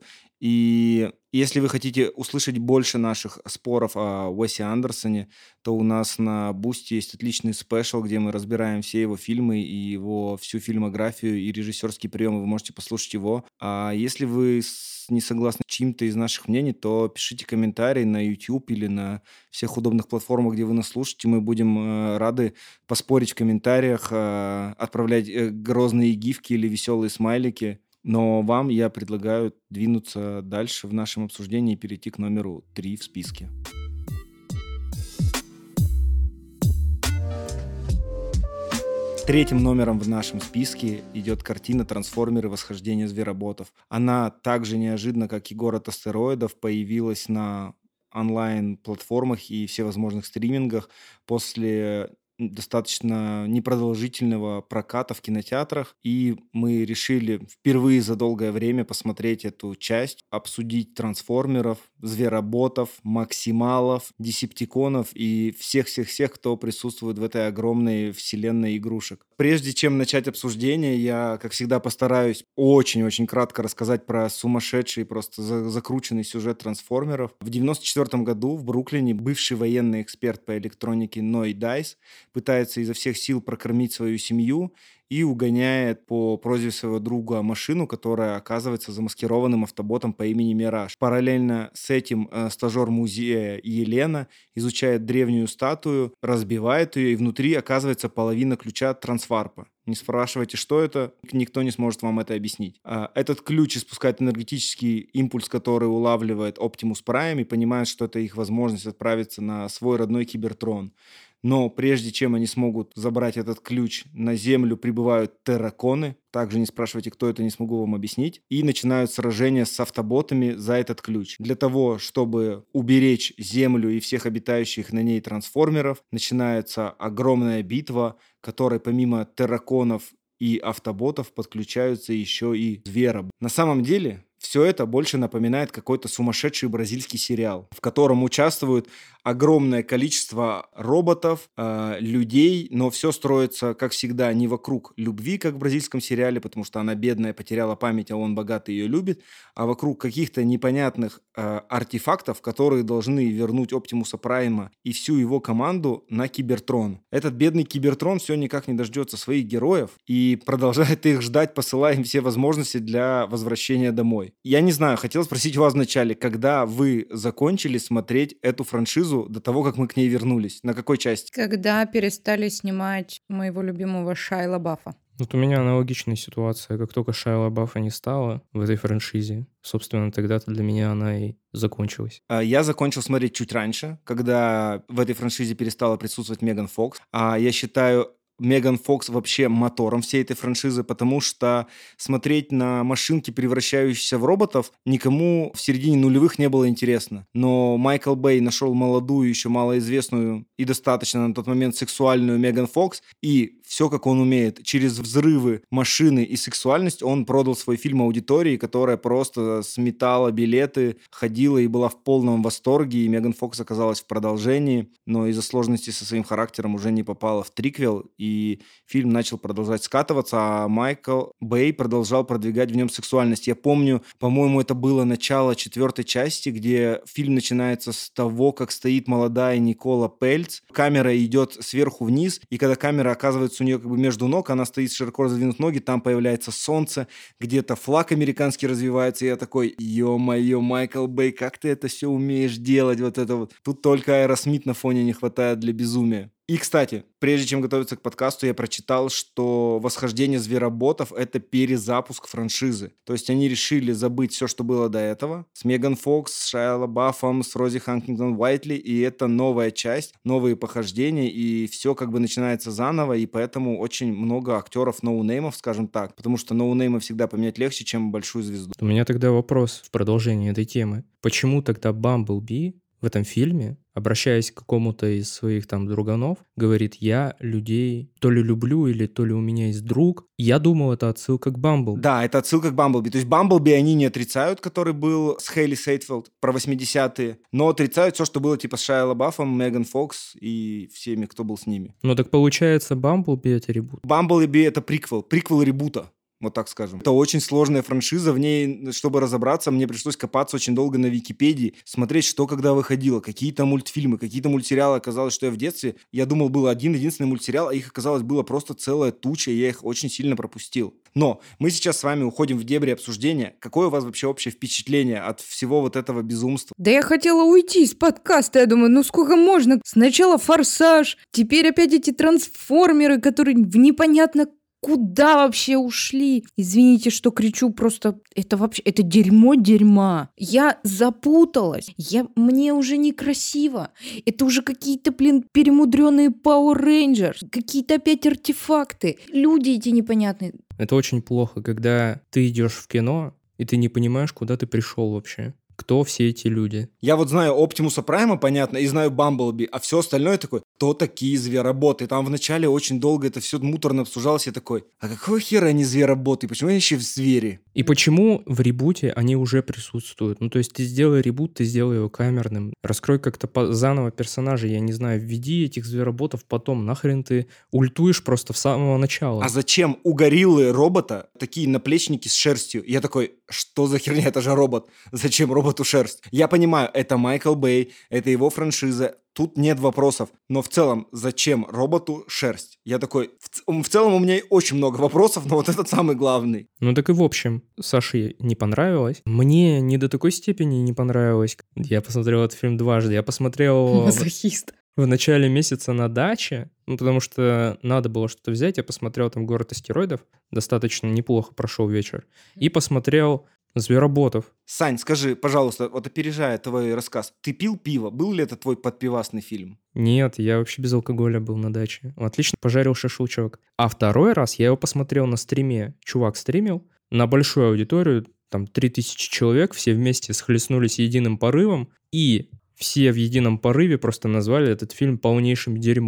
Speaker 2: И если вы хотите услышать больше наших споров о Уэсе Андерсоне, то у нас на Бусти есть отличный спешл, где мы разбираем все его фильмы и его всю фильмографию и режиссерские приемы. Вы можете послушать его. А если вы с- не согласны с чьим-то из наших мнений, то пишите комментарии на YouTube или на всех удобных платформах, где вы нас слушаете. Мы будем э, рады поспорить в комментариях, э, отправлять э, грозные гифки или веселые смайлики. Но вам я предлагаю двинуться дальше в нашем обсуждении и перейти к номеру три в списке. Третьим номером в нашем списке идет картина «Трансформеры. Восхождение звероботов». Она также неожиданно, как и «Город астероидов», появилась на онлайн-платформах и всевозможных стримингах после достаточно непродолжительного проката в кинотеатрах. И мы решили впервые за долгое время посмотреть эту часть, обсудить трансформеров, звероботов, максималов, десептиконов и всех-всех-всех, кто присутствует в этой огромной вселенной игрушек. Прежде чем начать обсуждение, я, как всегда, постараюсь очень-очень кратко рассказать про сумасшедший, просто за- закрученный сюжет трансформеров. В девяносто четвёртом году в Бруклине бывший военный эксперт по электронике Ной Дайс пытается изо всех сил прокормить свою семью и угоняет по просьбе своего друга машину, которая оказывается замаскированным автоботом по имени Мираж. Параллельно с этим э, стажер музея Елена изучает древнюю статую, разбивает ее, и внутри оказывается половина ключа от трансварпа. Не спрашивайте, что это, никто не сможет вам это объяснить. А, Этот ключ испускает энергетический импульс, который улавливает Оптимус Прайм и понимает, что это их возможность отправиться на свой родной Кибертрон. Но прежде чем они смогут забрать этот ключ, на Землю прибывают терраконы. Также не спрашивайте, кто это, не смогу вам объяснить. И начинают сражение с автоботами за этот ключ. Для того, чтобы уберечь Землю и всех обитающих на ней трансформеров, начинается огромная битва, в которой помимо терраконов и автоботов подключаются еще и зверобы. На самом деле, все это больше напоминает какой-то сумасшедший бразильский сериал, в котором участвуют огромное количество роботов, э, людей, но все строится, как всегда, не вокруг любви, как в бразильском сериале, потому что она бедная, потеряла память, а он богатый ее любит, а вокруг каких-то непонятных э, артефактов, которые должны вернуть Оптимуса Прайма и всю его команду на Кибертрон. Этот бедный Кибертрон все никак не дождется своих героев и продолжает их ждать, посылая им все возможности для возвращения домой. Я не знаю, хотел спросить у вас вначале, когда вы закончили смотреть эту франшизу до того, как мы к ней вернулись? На какой части?
Speaker 3: Когда перестали снимать моего любимого Шайа Лабафа.
Speaker 1: Вот у меня аналогичная ситуация. Как только Шайа Лабафа не стало в этой франшизе, собственно, тогда-то для меня она и закончилась.
Speaker 2: А, Я закончил смотреть чуть раньше, когда в этой франшизе перестала присутствовать Меган Фокс. А Я считаю Меган Фокс вообще мотором всей этой франшизы, потому что смотреть на машинки, превращающиеся в роботов, никому в середине нулевых не было интересно. Но Майкл Бэй нашел молодую, еще малоизвестную и достаточно на тот момент сексуальную Меган Фокс, и все, как он умеет, через взрывы, машины и сексуальность он продал свой фильм аудитории, которая просто сметала билеты, ходила и была в полном восторге, и Меган Фокс оказалась в продолжении, но из-за сложностей со своим характером уже не попала в триквел, и фильм начал продолжать скатываться, а Майкл Бэй продолжал продвигать в нем сексуальность. Я помню, по-моему, это было начало четвертой части, где фильм начинается с того, как стоит молодая Никола Пельц, камера идет сверху вниз, и когда камера оказывается у нее как бы между ног, она стоит широко раздвинув ноги, там появляется солнце, где-то флаг американский развивается, и я такой, ё-моё, Майкл Бэй, как ты это все умеешь делать, вот это вот. Тут только Аэросмит на фоне не хватает для безумия. И, кстати, прежде чем готовиться к подкасту, я прочитал, что «Восхождение звероботов» — это перезапуск франшизы. То есть они решили забыть все, что было до этого, с Меган Фокс, с Шайа Лабафом, с Рози Хантингтон-Уайтли, и это новая часть, новые похождения, и все как бы начинается заново, и поэтому очень много актеров ноунеймов, скажем так, потому что ноунеймы всегда поменять легче, чем большую звезду.
Speaker 1: У меня тогда вопрос в продолжении этой темы. Почему тогда Бамблби в этом фильме, обращаясь к какому-то из своих там друганов, говорит: я людей то ли люблю, или то ли у меня есть друг? Я думал, это отсылка к Бамблби.
Speaker 2: Да, это отсылка к Бамблби. То есть Бамблби они не отрицают, который был с Хейли Сейтфилд про восьмидесятые, но отрицают все, что было типа с Шайа Лабафом, Меган Фокс и всеми, кто был с ними.
Speaker 1: Ну так получается, Бамблби — это ребут.
Speaker 2: Бамблби — это приквел, приквел ребута. Вот так скажем. Это очень сложная франшиза. В ней, чтобы разобраться, мне пришлось копаться очень долго на Википедии, смотреть, что когда выходило, какие-то мультфильмы, какие-то мультсериалы. Оказалось, что я в детстве, я думал, был один единственный мультсериал, а их оказалось было просто целая туча, и я их очень сильно пропустил. Но мы сейчас с вами уходим в дебри обсуждения. Какое у вас вообще общее впечатление от всего вот этого безумства?
Speaker 3: Да я хотела уйти из подкаста, я думаю, ну сколько можно? Сначала «Форсаж», теперь опять эти трансформеры, которые в непонятно куда вообще ушли? Извините, что кричу, просто это вообще, это дерьмо дерьма. Я запуталась, я, мне уже некрасиво. Это уже какие-то, блин, перемудренные Power Rangers, какие-то опять артефакты, люди эти непонятные.
Speaker 1: Это очень плохо, когда ты идешь в кино, и ты не понимаешь, куда ты пришел вообще. Кто все эти люди?
Speaker 2: Я вот знаю Оптимуса Прайма, понятно, и знаю Бамблби, а все остальное такое, кто такие звероботы? Там вначале очень долго это все муторно обсуждалось, я такой, а какого хера они звероботы? Почему они еще в звери?
Speaker 1: И почему в ребуте они уже присутствуют? Ну, то есть ты сделай ребут, ты сделай его камерным. Раскрой как-то по- заново персонажей, я не знаю, введи этих звероботов потом. Нахрен ты ультуешь просто в самого начала?
Speaker 2: А зачем у гориллы робота такие наплечники с шерстью? Я такой, что за херня, это же робот. Зачем роботу шерсть? Я понимаю, это Майкл Бэй, это его франшиза, тут нет вопросов. Но в целом, зачем роботу шерсть? Я такой, в, ц- в целом у меня очень много вопросов, но вот этот самый главный.
Speaker 1: Ну так и в общем, Саше не понравилось. Мне не до такой степени не понравилось. Я посмотрел этот фильм дважды. Я посмотрел в,
Speaker 3: Мазохист.
Speaker 1: в начале месяца на даче, ну, потому что надо было что-то взять. Я посмотрел там «Город астероидов». Достаточно неплохо прошел вечер. И посмотрел «Звероботов».
Speaker 2: Сань, скажи, пожалуйста, вот опережая твой рассказ, ты пил пиво? Был ли это твой подпивасный фильм?
Speaker 1: Нет, я вообще без алкоголя был на даче. Отлично пожарил шашлычок. А второй раз я его посмотрел на стриме. Чувак стримил на большую аудиторию, там три тысячи человек, все вместе схлестнулись единым порывом, и все в едином порыве просто назвали этот фильм полнейшим дерьмом.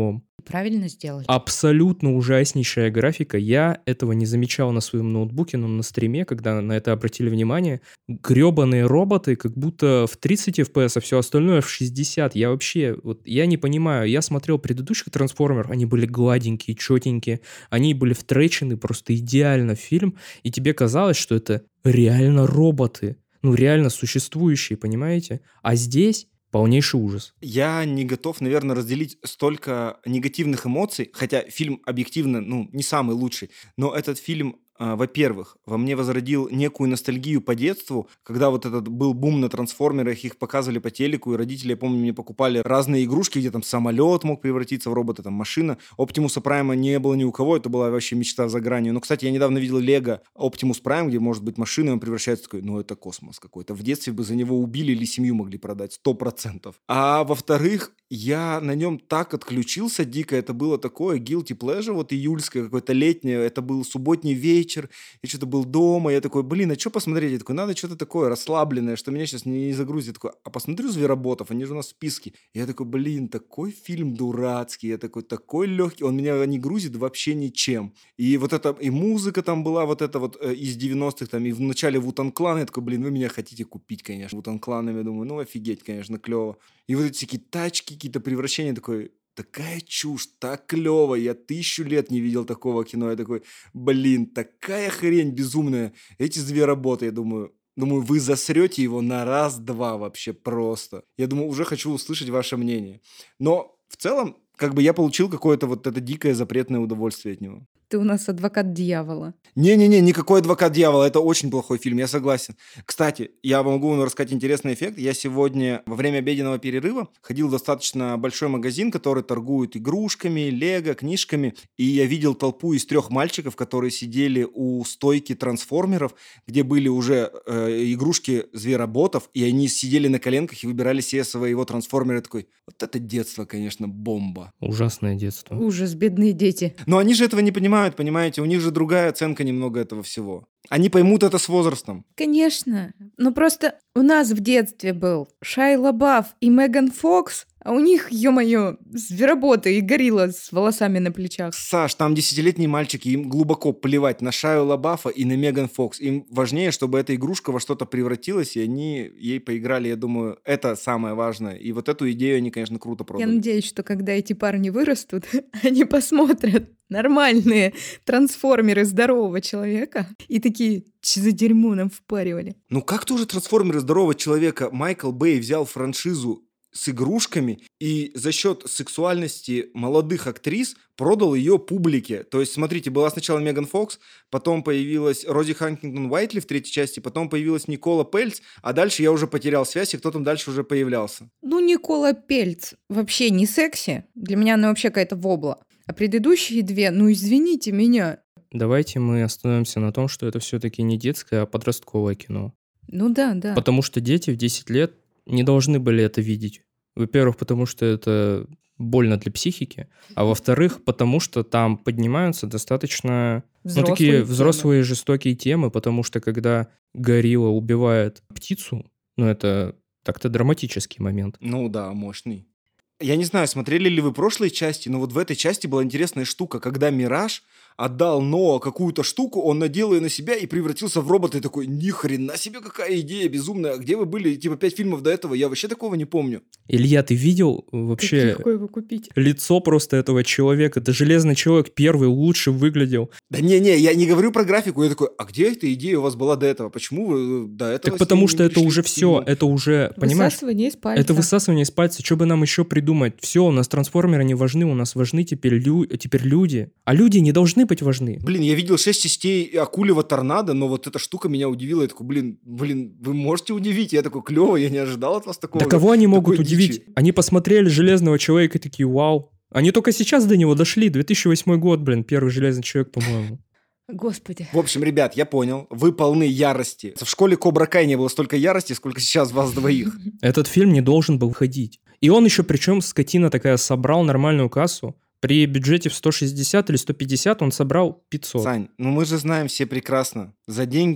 Speaker 3: Правильно сделали.
Speaker 1: Абсолютно ужаснейшая графика. Я этого не замечал на своем ноутбуке, но на стриме, когда на это обратили внимание, гребаные роботы как будто в тридцать эф пи эс, а все остальное в шестьдесят. Я вообще, вот я не понимаю. Я смотрел предыдущих трансформеров, они были гладенькие, четенькие, они были втречены просто идеально в фильм, и тебе казалось, что это реально роботы, ну реально существующие, понимаете? А здесь полнейший ужас.
Speaker 2: Я не готов, наверное, разделить столько негативных эмоций, хотя фильм объективно, ну, не самый лучший, но этот фильм, а, во-первых, во мне возродил некую ностальгию по детству, когда вот этот был бум на трансформерах, их показывали по телеку, и родители, я помню, мне покупали разные игрушки, где там самолет мог превратиться в робота, там машина. Оптимуса Прайма не было ни у кого, это была вообще мечта за гранью. Но, кстати, я недавно видел Лего Оптимус Прайм, где может быть машина, и он превращается такой, ну, это космос какой-то. В детстве бы за него убили или семью могли продать, сто процентов. А во-вторых, я на нем так отключился дико, это было такое guilty pleasure, вот июльское, какое-то летнее, это был субботний вечер, я что-то был дома, я такой, блин, а что посмотреть? Я такой, надо что-то такое расслабленное, что меня сейчас не загрузит. Я такой, а посмотрю «Звероботов», они же у нас в списке. Я такой, блин, такой фильм дурацкий, я такой, такой легкий, он меня не грузит вообще ничем. И вот это, и музыка там была, вот это вот э, из девяностых, там, и в начале Wu-Tang Clan, я такой, блин, вы меня хотите купить, конечно, Wu-Tang Clan, я думаю, ну офигеть, конечно, клево. И вот эти всякие тачки, какие-то превращения, такой... Такая чушь, так клево, я тысячу лет не видел такого кино, я такой, блин, такая хрень безумная, эти звероботы, я думаю, думаю, вы засрете его на раз-два вообще просто. Я думаю, уже хочу услышать ваше мнение. Но в целом, как бы я получил какое-то вот это дикое запретное удовольствие от него.
Speaker 3: Ты у нас адвокат дьявола.
Speaker 2: Не-не-не, никакой «Адвокат дьявола», это очень плохой фильм, я согласен. Кстати, я могу вам рассказать интересный эффект. Я сегодня во время обеденного перерыва ходил в достаточно большой магазин, который торгует игрушками, лего, книжками, и я видел толпу из трех мальчиков, которые сидели у стойки трансформеров, где были уже э, игрушки звероботов, и они сидели на коленках и выбирали себе своего трансформера. Я такой, вот это детство, конечно, бомба.
Speaker 1: Ужасное детство.
Speaker 3: Ужас, бедные дети.
Speaker 2: Но они же этого не понимают, понимаете? У них же другая оценка немного этого всего. Они поймут это с возрастом.
Speaker 3: Конечно. Но просто у нас в детстве был Шайа Лабаф и Меган Фокс, а у них, ё-моё, звероботы и горилла с волосами на плечах.
Speaker 2: Саш, там десятилетние мальчики, им глубоко плевать на Шаю Лабафа и на Меган Фокс. Им важнее, чтобы эта игрушка во что-то превратилась, и они ей поиграли. Я думаю, это самое важное. И вот эту идею они, конечно, круто
Speaker 3: Я
Speaker 2: продали.
Speaker 3: надеюсь, что когда эти парни вырастут, они посмотрят нормальные трансформеры здорового человека и такие, что за дерьмо нам впаривали.
Speaker 2: Ну как тоже трансформеры здорового человека Майкл Бэй взял франшизу с игрушками и за счет сексуальности молодых актрис продал ее публике. То есть, смотрите, была сначала Меган Фокс, потом появилась Рози Хантингтон Уайтли в третьей части, потом появилась Никола Пельц, а дальше я уже потерял связь, и кто там дальше уже появлялся.
Speaker 3: Ну, Никола Пельц вообще не секси. Для меня она вообще какая-то вобла. А предыдущие две, ну извините меня.
Speaker 1: Давайте мы остановимся на том, что это все-таки не детское, а подростковое кино.
Speaker 3: Ну да, да.
Speaker 1: Потому что дети в десять лет не должны были это видеть. Во-первых, потому что это больно для психики, а во-вторых, потому что там поднимаются достаточно ну, такие
Speaker 3: темы.
Speaker 1: взрослые жестокие темы, потому что когда горилла убивает птицу, ну это так-то драматический момент.
Speaker 2: Ну да, мощный. Я не знаю, смотрели ли вы прошлые части, но вот в этой части была интересная штука, когда Мираж отдал Ноа какую-то штуку, он надел ее на себя и превратился в робота, и такой, ни хрена себе, какая идея безумная, а где вы были, типа, пять фильмов до этого, я вообще такого не помню.
Speaker 1: Илья, ты видел
Speaker 3: Как
Speaker 1: вообще
Speaker 3: легко его купить.
Speaker 1: лицо просто этого человека? Это Железный Человек первый лучше выглядел.
Speaker 2: Да не-не, я не говорю про графику, я такой, а где эта идея у вас была до этого, почему вы до этого...
Speaker 1: Так потому что это уже все, это уже, понимаешь?
Speaker 3: Высасывание из пальца.
Speaker 1: Это высасывание из пальца. Что бы нам еще придумать? Все, у нас трансформеры не важны, у нас важны теперь, лю... теперь люди. А люди не должны быть важны.
Speaker 2: Блин, я видел шесть частей Акулева торнадо, но вот эта штука меня удивила. Я такой, блин, блин, вы можете удивить? Я такой, клево, я не ожидал от вас такого.
Speaker 1: Да кого они могут
Speaker 2: такой
Speaker 1: удивить?
Speaker 2: дичи.
Speaker 1: Они посмотрели Железного Человека и такие, вау. Они только сейчас до него дошли. две тысячи восьмой год, блин, первый Железный Человек, по-моему.
Speaker 3: Господи.
Speaker 2: В общем, ребят, я понял, вы полны ярости. В школе Кобра Кай не было столько ярости, сколько сейчас вас двоих.
Speaker 1: Этот фильм не должен был выходить. И он еще, причем, скотина такая, собрал нормальную кассу. При бюджете в сто шестьдесят или сто пятьдесят он собрал пятьсот.
Speaker 2: Сань, ну мы же знаем все прекрасно. За деньги, да.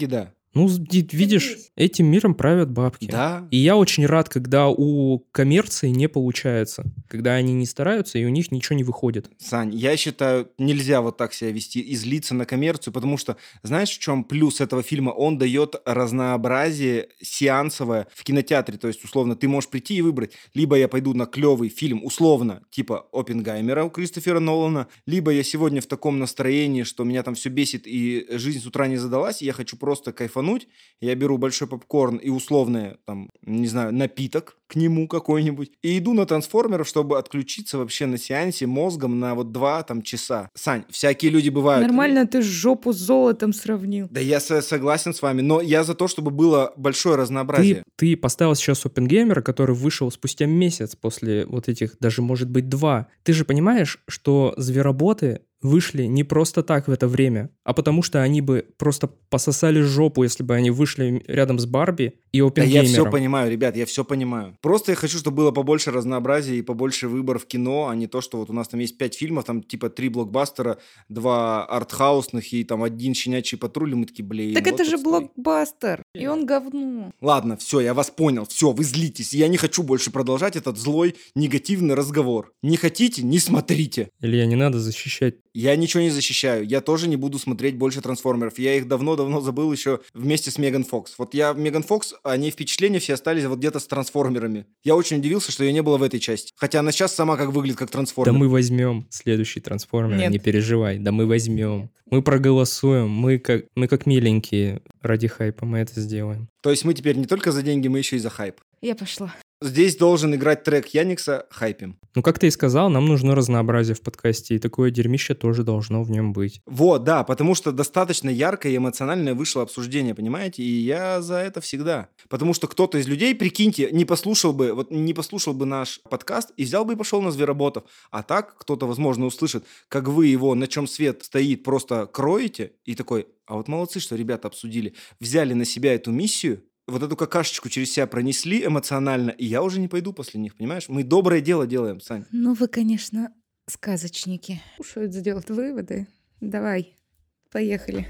Speaker 1: Ну, с- ди- видишь,
Speaker 3: Согласись.
Speaker 1: этим миром правят бабки.
Speaker 2: Да.
Speaker 1: И я очень рад, когда у коммерции не получается, когда они не стараются, и у них ничего не выходит.
Speaker 2: Сань, я считаю, нельзя вот так себя вести и злиться на коммерцию, потому что, знаешь, в чем плюс этого фильма? Он дает разнообразие сеансовое в кинотеатре. То есть, условно, ты можешь прийти и выбрать, либо я пойду на клевый фильм, условно, типа Оппенгаймера у Кристофера Нолана, либо я сегодня в таком настроении, что меня там все бесит, и жизнь с утра не задалась, и я хочу просто кайфануть. Я беру большой попкорн и условное, там, не знаю, напиток к нему какой-нибудь, и иду на трансформеров, чтобы отключиться вообще на сеансе мозгом на вот два там часа. Сань, всякие люди бывают.
Speaker 3: Нормально ты жопу с золотом сравнил.
Speaker 2: Да я со- согласен с вами, но я за то, чтобы было большое разнообразие.
Speaker 1: Ты, ты поставил сейчас Оппенгеймера, который вышел спустя месяц после вот этих, даже может быть два. Ты же понимаешь, что звероботы вышли не просто так в это время, а потому что они бы просто пососали жопу, если бы они вышли рядом с Барби и
Speaker 2: Да я
Speaker 1: Оппенгеймером.
Speaker 2: все понимаю, ребят, я все понимаю. Просто я хочу, чтобы было побольше разнообразия и побольше выбор в кино, а не то, что вот у нас там есть пять фильмов, там типа три блокбастера, два артхаусных и там один щенячий патруль, и мы такие, блин,
Speaker 3: Так
Speaker 2: вот
Speaker 3: это же
Speaker 2: отстой.
Speaker 3: блокбастер, и он говно.
Speaker 2: Ладно, все, я вас понял, все, вы злитесь. Я не хочу больше продолжать этот злой, негативный разговор. Не хотите, не смотрите.
Speaker 1: Илья, не надо защищать.
Speaker 2: Я ничего не защищаю. Я тоже не буду смотреть больше трансформеров. Я их давно-давно забыл еще вместе с Меган Фокс. Вот я Меган Фокс, они впечатления все остались вот где-то с трансформерами. Я очень удивился, что ее не было в этой части. Хотя она сейчас сама как выглядит, как
Speaker 1: Да
Speaker 2: трансформер.
Speaker 1: мы возьмем следующий трансформер,
Speaker 3: Нет.
Speaker 1: не переживай. Да мы возьмем. Мы проголосуем. Мы как, мы как миленькие ради хайпа, мы это сделаем.
Speaker 2: То есть мы теперь не только за деньги, мы еще и за хайп.
Speaker 3: Я пошла.
Speaker 2: Здесь должен играть трек Яникса «Хайпим».
Speaker 1: Ну, как ты и сказал, нам нужно разнообразие в подкасте, и такое дерьмище тоже должно в нем быть.
Speaker 2: Вот, да, потому что достаточно яркое и эмоциональное вышло обсуждение, понимаете? И я за это всегда. Потому что кто-то из людей, прикиньте, не послушал бы, вот не послушал бы наш подкаст и взял бы и пошел на Звероботов. А так кто-то, возможно, услышит, как вы его, на чем свет стоит, просто кроете, и такой, а вот молодцы, что ребята обсудили, взяли на себя эту миссию, вот эту какашечку через себя пронесли эмоционально, и я уже не пойду после них, понимаешь? Мы доброе дело делаем, Сань.
Speaker 3: Ну, вы, конечно, сказочники. Кушают сделать выводы. Давай, поехали.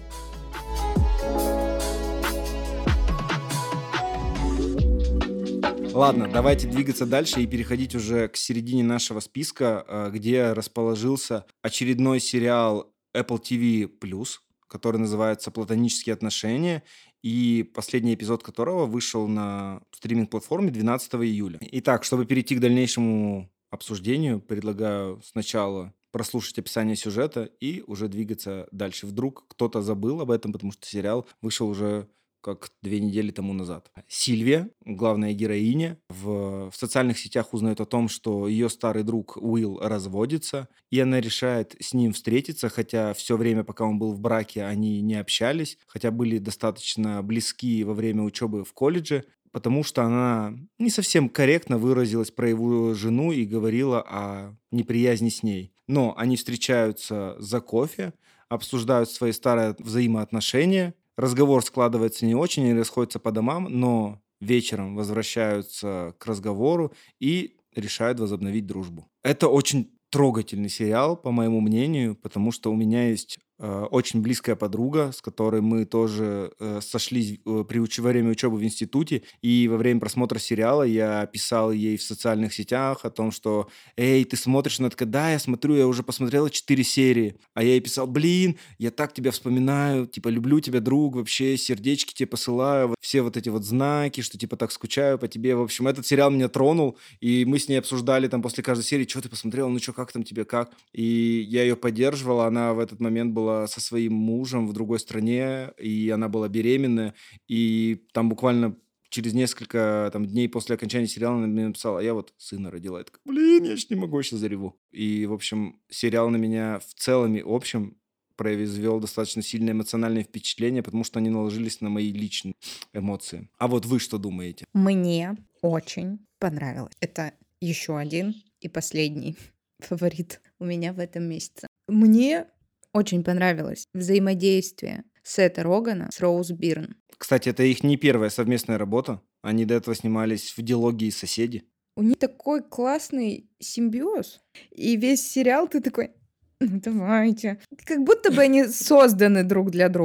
Speaker 2: Ладно, давайте двигаться дальше и переходить уже к середине нашего списка, э, где расположился очередной сериал Apple ти ви плюс, который называется «Платонические отношения», и последний эпизод которого вышел на стриминг-платформе двенадцатого июля. Итак, чтобы перейти к дальнейшему обсуждению, предлагаю сначала прослушать описание сюжета и уже двигаться дальше. Вдруг кто-то забыл об этом, потому что сериал вышел уже как две недели тому назад. Сильвия, главная героиня, в, в социальных сетях узнает о том, что ее старый друг Уилл разводится, и она решает с ним встретиться, хотя все время, пока он был в браке, они не общались, хотя были достаточно близки во время учебы в колледже, потому что она не совсем корректно выразилась про его жену и говорила о неприязни с ней. Но они встречаются за кофе, обсуждают свои старые взаимоотношения. Разговор складывается не очень, они расходятся по домам, но вечером возвращаются к разговору и решают возобновить дружбу. Это очень трогательный сериал, по моему мнению, потому что у меня есть э, очень близкая подруга, с которой мы тоже э, сошлись э, при уч- во время учебы в институте, и во время просмотра сериала я писал ей в социальных сетях о том, что «Эй, ты смотришь?» Она такая «Да, я смотрю, я уже посмотрела четыре серии». А я ей писал «Блин, я так тебя вспоминаю, типа люблю тебя, друг, вообще сердечки тебе посылаю, вот все вот эти вот знаки, что типа так скучаю по тебе». В общем, этот сериал меня тронул, и мы с ней обсуждали там после каждой серии, что ты посмотрела, ну что, как там тебе, как? И я ее поддерживал, она в этот момент была со своим мужем в другой стране, и она была беременная, и там буквально через несколько там, дней после окончания сериала она мне написала, а я вот сына родила. Я такая, блин, я ж не могу, сейчас зареву. И, в общем, сериал на меня в целом и общем произвел достаточно сильное эмоциональное впечатление, потому что они наложились на мои личные эмоции. А вот вы что думаете?
Speaker 3: Мне очень понравилось. Это еще один и последний фаворит у меня в этом месяце. Мне очень понравилось взаимодействие Сета Рогана с Роуз Бирн.
Speaker 2: Кстати, это их не первая совместная работа. Они до этого снимались в «Диалоге» и «Соседи».
Speaker 3: У них такой классный симбиоз. И весь сериал ты такой, ну давайте. Как будто бы они созданы друг для друга.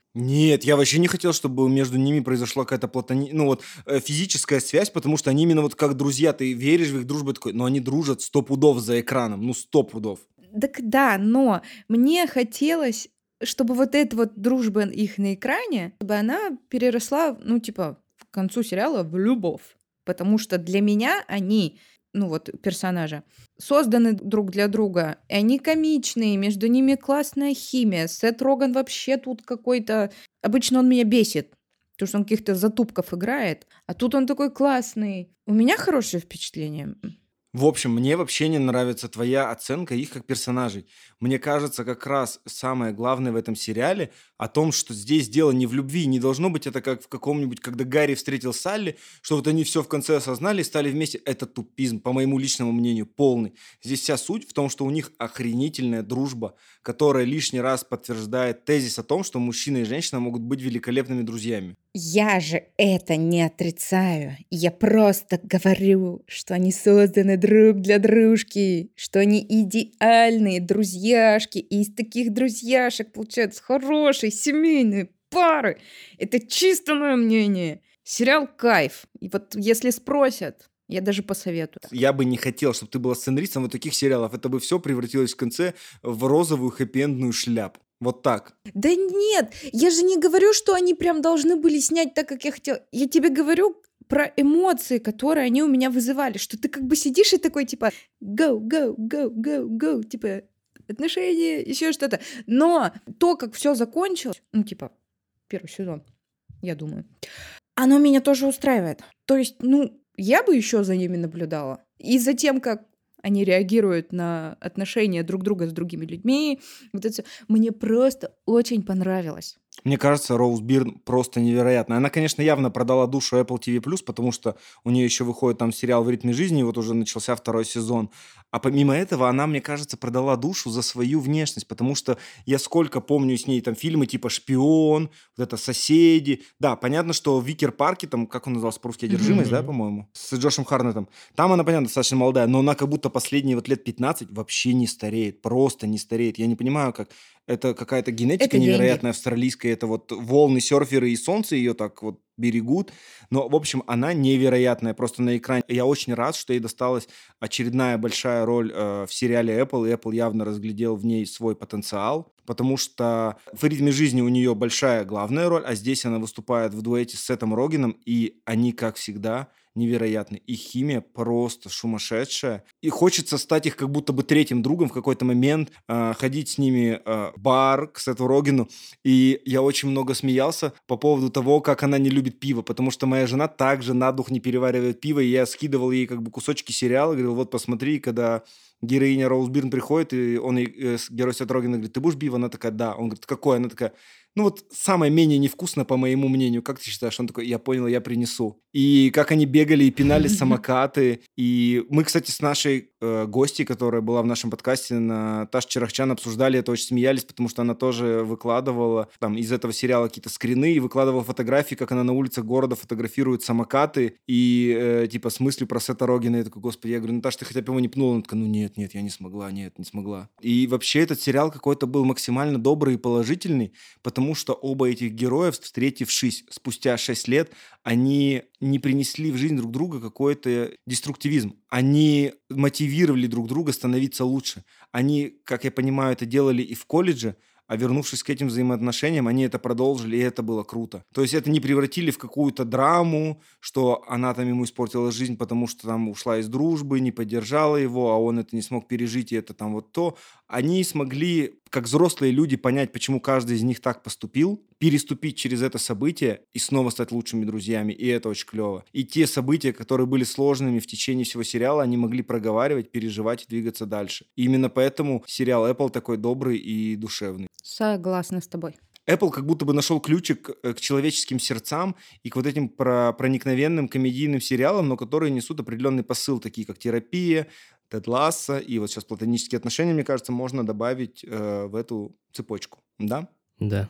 Speaker 2: Нет, я вообще не хотел, чтобы между ними произошла какая-то платони... ну вот э, физическая связь, потому что они именно вот как друзья, ты веришь в их дружбу, такой, но они дружат сто пудов за экраном, ну сто пудов.
Speaker 3: Так да, но мне хотелось, чтобы вот эта вот дружба их на экране, чтобы она переросла, ну, типа, к концу сериала в любовь. Потому что для меня они, ну вот персонажи, созданы друг для друга, и они комичные, между ними классная химия. Сет Роган вообще тут какой-то... Обычно он меня бесит, потому что он каких-то затупков играет, а тут он такой классный. У меня хорошее впечатление.
Speaker 2: В общем, мне вообще не нравится твоя оценка их как персонажей. Мне кажется, как раз самое главное в этом сериале о том, что здесь дело не в любви. Не должно быть это как в каком-нибудь, когда Гарри встретил Салли, что вот они все в конце осознали и стали вместе. Это тупизм, по моему личному мнению, полный. Здесь вся суть в том, что у них охренительная дружба, которая лишний раз подтверждает тезис о том, что мужчина и женщина могут быть великолепными друзьями.
Speaker 3: Я же это не отрицаю. Я просто говорю, что они созданы друг для дружки, что они идеальные друзьяшки, и из таких друзьяшек получаются хорошие семейные пары. Это чисто мое мнение. Сериал кайф. И вот если спросят, я даже посоветую.
Speaker 2: Я бы не хотел, чтобы ты была сценаристом вот таких сериалов. Это бы все превратилось в конце в розовую хэппи-эндную шляпу. Вот так.
Speaker 3: Да нет, я же не говорю, что они прям должны были снять так, как я хотела. Я тебе говорю про эмоции, которые они у меня вызывали, что ты как бы сидишь и такой типа go, go, go, go, go, типа отношения, еще что-то. Но то, как все закончилось, ну типа первый сезон, я думаю, оно меня тоже устраивает. То есть, ну, я бы еще за ними наблюдала. И за тем, как они реагируют на отношения друг друга с другими людьми. Вот это всё. Мне просто очень понравилось.
Speaker 2: Мне кажется, Роуз Бирн просто невероятная. Она, конечно, явно продала душу Apple ти ви плюс, потому что у нее еще выходит там сериал «В ритме жизни», вот уже начался второй сезон. А помимо этого, она, мне кажется, продала душу за свою внешность, потому что я сколько помню с ней там фильмы типа «Шпион», вот это «Соседи». Да, понятно, что в Викер Парке, там, как он назывался по-русски, «Одержимость», да,
Speaker 1: Мгм.
Speaker 2: по-моему, с Джошем Харнеттом. Там она, понятно, достаточно молодая, но она как будто последние вот лет пятнадцать вообще не стареет, просто не стареет. Я не понимаю, как это какая-то генетика
Speaker 3: Это деньги.
Speaker 2: невероятная австралийская, это вот волны, серферы и солнце ее так вот берегут. Но, в общем, она невероятная просто на экране. Я очень рад, что ей досталась очередная большая роль э, в сериале Apple, и Apple явно разглядел в ней свой потенциал, потому что в «Ритме жизни» у нее большая главная роль, а здесь она выступает в дуэте с Сетом Рогеном, и они, как всегда, невероятны. Их химия просто сумасшедшая. И хочется стать их как будто бы третьим другом в какой-то момент, э, ходить с ними э, в бар к Сету Рогену. И я очень много смеялся по поводу того, как она не любит пиво, потому что моя жена также на дух не переваривает пиво, и я скидывал ей как бы кусочки сериала, говорил, вот посмотри, когда героиня Роуз Бирн приходит, и он, ей, э, с- герой Сет Рогена говорит, ты будешь пиво? Она такая, да. Он говорит, какое? Она такая, ну вот самое менее невкусное, по моему мнению. Как ты считаешь? Он такой, я понял, я принесу. И как они бегали и пинали самокаты. И мы, кстати, с нашей э, гостьей, которая была в нашем подкасте, Наташей Черахчан, обсуждали это, очень смеялись, потому что она тоже выкладывала там из этого сериала какие-то скрины и выкладывала фотографии, как она на улицах города фотографирует самокаты и э, типа с мыслью про Сета Рогена. Я такой, господи, я говорю, Наташа, ты хотя бы его не пнула? Она такая, ну нет, нет, я не смогла, нет, не смогла. И вообще этот сериал какой-то был максимально добрый и положительный, потому что оба этих героев, встретившись спустя шесть лет, они не принесли в жизнь друг друга какой-то деструктивизм. Они мотивировали друг друга становиться лучше. Они, как я понимаю, это делали и в колледже, а вернувшись к этим взаимоотношениям, они это продолжили, и это было круто. То есть это не превратили в какую-то драму, что она там ему испортила жизнь, потому что там ушла из дружбы, не поддержала его, а он это не смог пережить, и это там вот то. Они смогли, как взрослые люди, понять, почему каждый из них так поступил, переступить через это событие и снова стать лучшими друзьями, и это очень клево. И те события, которые были сложными в течение всего сериала, они могли проговаривать, переживать и двигаться дальше. И именно поэтому сериал Apple такой добрый и душевный.
Speaker 3: Согласна с тобой.
Speaker 2: Apple как будто бы нашел ключик э, к человеческим сердцам и к вот этим про- проникновенным комедийным сериалам, но которые несут определенный посыл, такие как терапия, Тед Лассо и вот сейчас платонические отношения, мне кажется, можно добавить э, в эту цепочку. Да?
Speaker 1: Да.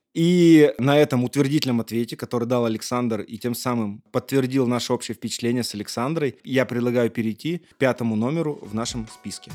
Speaker 2: И на этом утвердительном ответе, который дал Александр и тем самым подтвердил наше общее впечатление с Александрой, я предлагаю перейти к пятому номеру в нашем списке.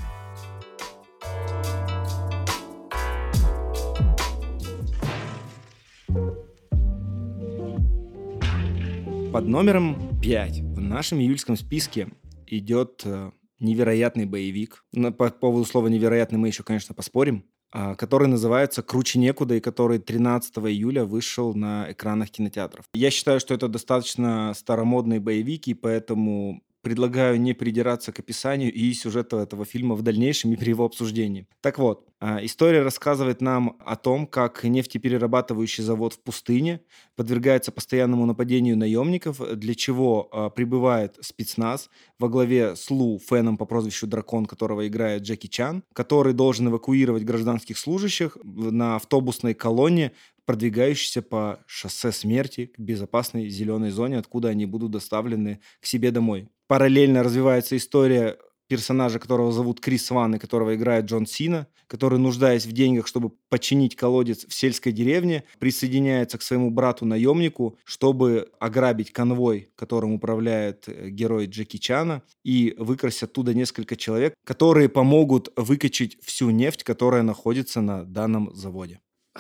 Speaker 2: Под номером пять в нашем июльском списке идет э, невероятный боевик. На- По поводу слова «невероятный» мы еще, конечно, поспорим. а, Который называется «Круче некуда» и который тринадцатого июля вышел на экранах кинотеатров. Я считаю, что это достаточно старомодный боевик, и поэтому предлагаю не придираться к описанию и сюжету этого фильма в дальнейшем и при его обсуждении. Так вот, а, история рассказывает нам о том, как нефтеперерабатывающий завод в пустыне подвергается постоянному нападению наемников, для чего а, прибывает спецназ во главе с Лу Феном по прозвищу Дракон, которого играет Джеки Чан, который должен эвакуировать гражданских служащих в- на автобусной колонне, продвигающейся по шоссе смерти к безопасной зеленой зоне, откуда они будут доставлены к себе домой. Параллельно развивается история персонажа, которого зовут Крис Ван и которого играет Джон Сина, который, нуждаясь в деньгах, чтобы починить колодец в сельской деревне, присоединяется к своему брату-наемнику, чтобы ограбить конвой, которым управляет э, герой Джеки Чана, и выкрасть оттуда несколько человек, которые помогут выкачать всю нефть, которая находится на данном заводе.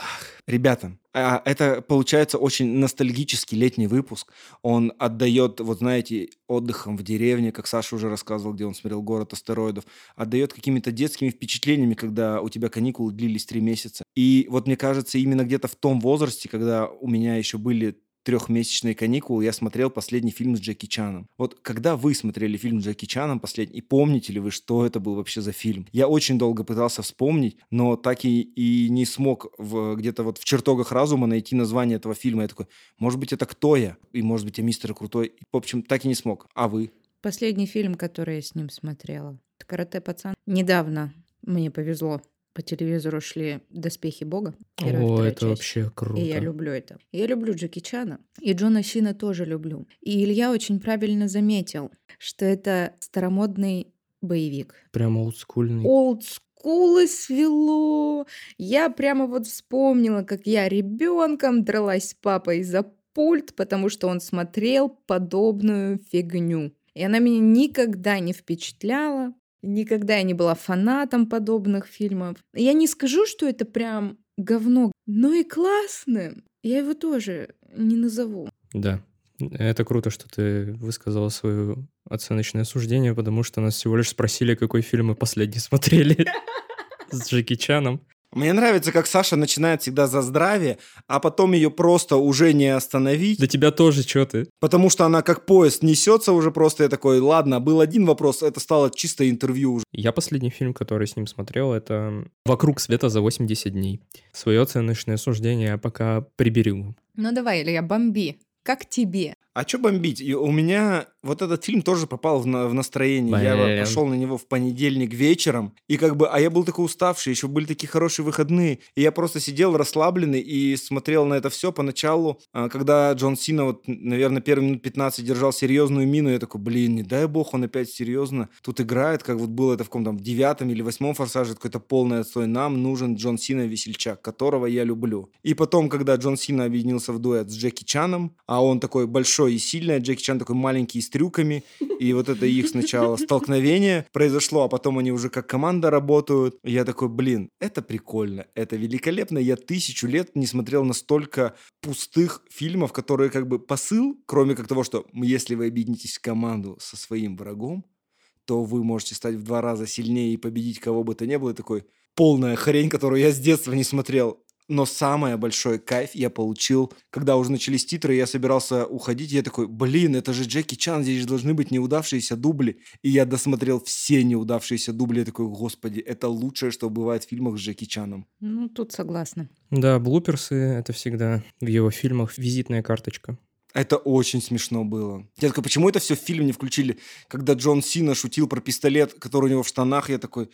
Speaker 2: Ребята, а, это получается очень ностальгический летний выпуск. Он отдает, вот знаете, отдыхом в деревне, как Саша уже рассказывал, где он смотрел «Город астероидов», отдает какими-то детскими впечатлениями, когда у тебя каникулы длились три месяца. И вот мне кажется, именно где-то в том возрасте, когда у меня еще были трехмесячные каникулы, я смотрел последний фильм с Джеки Чаном. Вот когда вы смотрели фильм с Джеки Чаном последний, и помните ли вы, что это был вообще за фильм? Я очень долго пытался вспомнить, но так и, и не смог в, где-то вот в чертогах разума найти название этого фильма. Я такой, может быть, это «Кто я?» И может быть, я «Мистер Крутой». В общем, так и не смог. А вы?
Speaker 3: Последний фильм, который я с ним смотрела. Это «Карате пацан». Недавно мне повезло. По телевизору шли «Доспехи Бога». Первая и
Speaker 1: О,
Speaker 3: вторая
Speaker 1: это
Speaker 3: часть.
Speaker 1: вообще
Speaker 3: И я
Speaker 1: круто.
Speaker 3: люблю это. Я люблю Джеки Чана. И Джона Сина тоже люблю. И Илья очень правильно заметил, что это старомодный боевик.
Speaker 1: Прям олдскульный.
Speaker 3: Олдскулы свело. Я прямо вот вспомнила, как я ребенком дралась с папой за пульт, потому что он смотрел подобную фигню. И она меня никогда не впечатляла. Никогда я не была фанатом подобных фильмов. Я не скажу, что это прям говно, но и классным. Я его тоже не назову.
Speaker 1: Да. Это круто, что ты высказала свое оценочное суждение, потому что нас всего лишь спросили, какой фильм мы последний смотрели с Джеки Чаном.
Speaker 2: Мне нравится, как Саша начинает всегда за здравие, а потом ее просто уже не остановить.
Speaker 1: Да тебя тоже, что ты?
Speaker 2: Потому что она как поезд несется уже просто. Я такой, ладно, был один вопрос, это стало чисто интервью уже.
Speaker 1: Я последний фильм, который с ним смотрел, это «Вокруг света за восемьдесят дней». Свое оценочное суждение я пока приберегу.
Speaker 3: Ну давай, Илья, бомби. Как тебе?
Speaker 2: А что бомбить? И у меня вот этот фильм тоже попал в, на- в настроение. Я
Speaker 1: Блин.
Speaker 2: пошел на него в понедельник вечером, и как бы, а я был такой уставший, еще были такие хорошие выходные, и я просто сидел расслабленный и смотрел на это все поначалу, а, когда Джон Сина вот, наверное, первые минут пятнадцать держал серьезную мину, я такой, блин, не дай бог он опять серьезно тут играет, как вот было это в каком-то девятом или восьмом «Форсаже», какой-то полный отстой. Нам нужен Джон Сина весельчак, которого я люблю. И потом, когда Джон Сина объединился в дуэт с Джеки Чаном, а он такой большой и сильный, а Джеки Чан такой маленький и с трюками, и вот это их сначала столкновение произошло, а потом они уже как команда работают. И я такой, блин, это прикольно, это великолепно. Я тысячу лет не смотрел настолько пустых фильмов, которые как бы посыл, кроме как того, что если вы объединитесь в команду со своим врагом, то вы можете стать в два раза сильнее и победить кого бы то ни было. И такой полная хрень, которую я с детства не смотрел. Но самый большой кайф я получил, когда уже начались титры, я собирался уходить, и я такой, блин, это же Джеки Чан, здесь же должны быть неудавшиеся дубли. И я досмотрел все неудавшиеся дубли, я такой, господи, это лучшее, что бывает в фильмах с Джеки Чаном.
Speaker 3: Ну, тут согласна.
Speaker 1: Да, блуперсы — это всегда в его фильмах визитная карточка.
Speaker 2: Это очень смешно было. Я такой, почему это все в фильм не включили? Когда Джон Сина шутил про пистолет, который у него в штанах, я такой,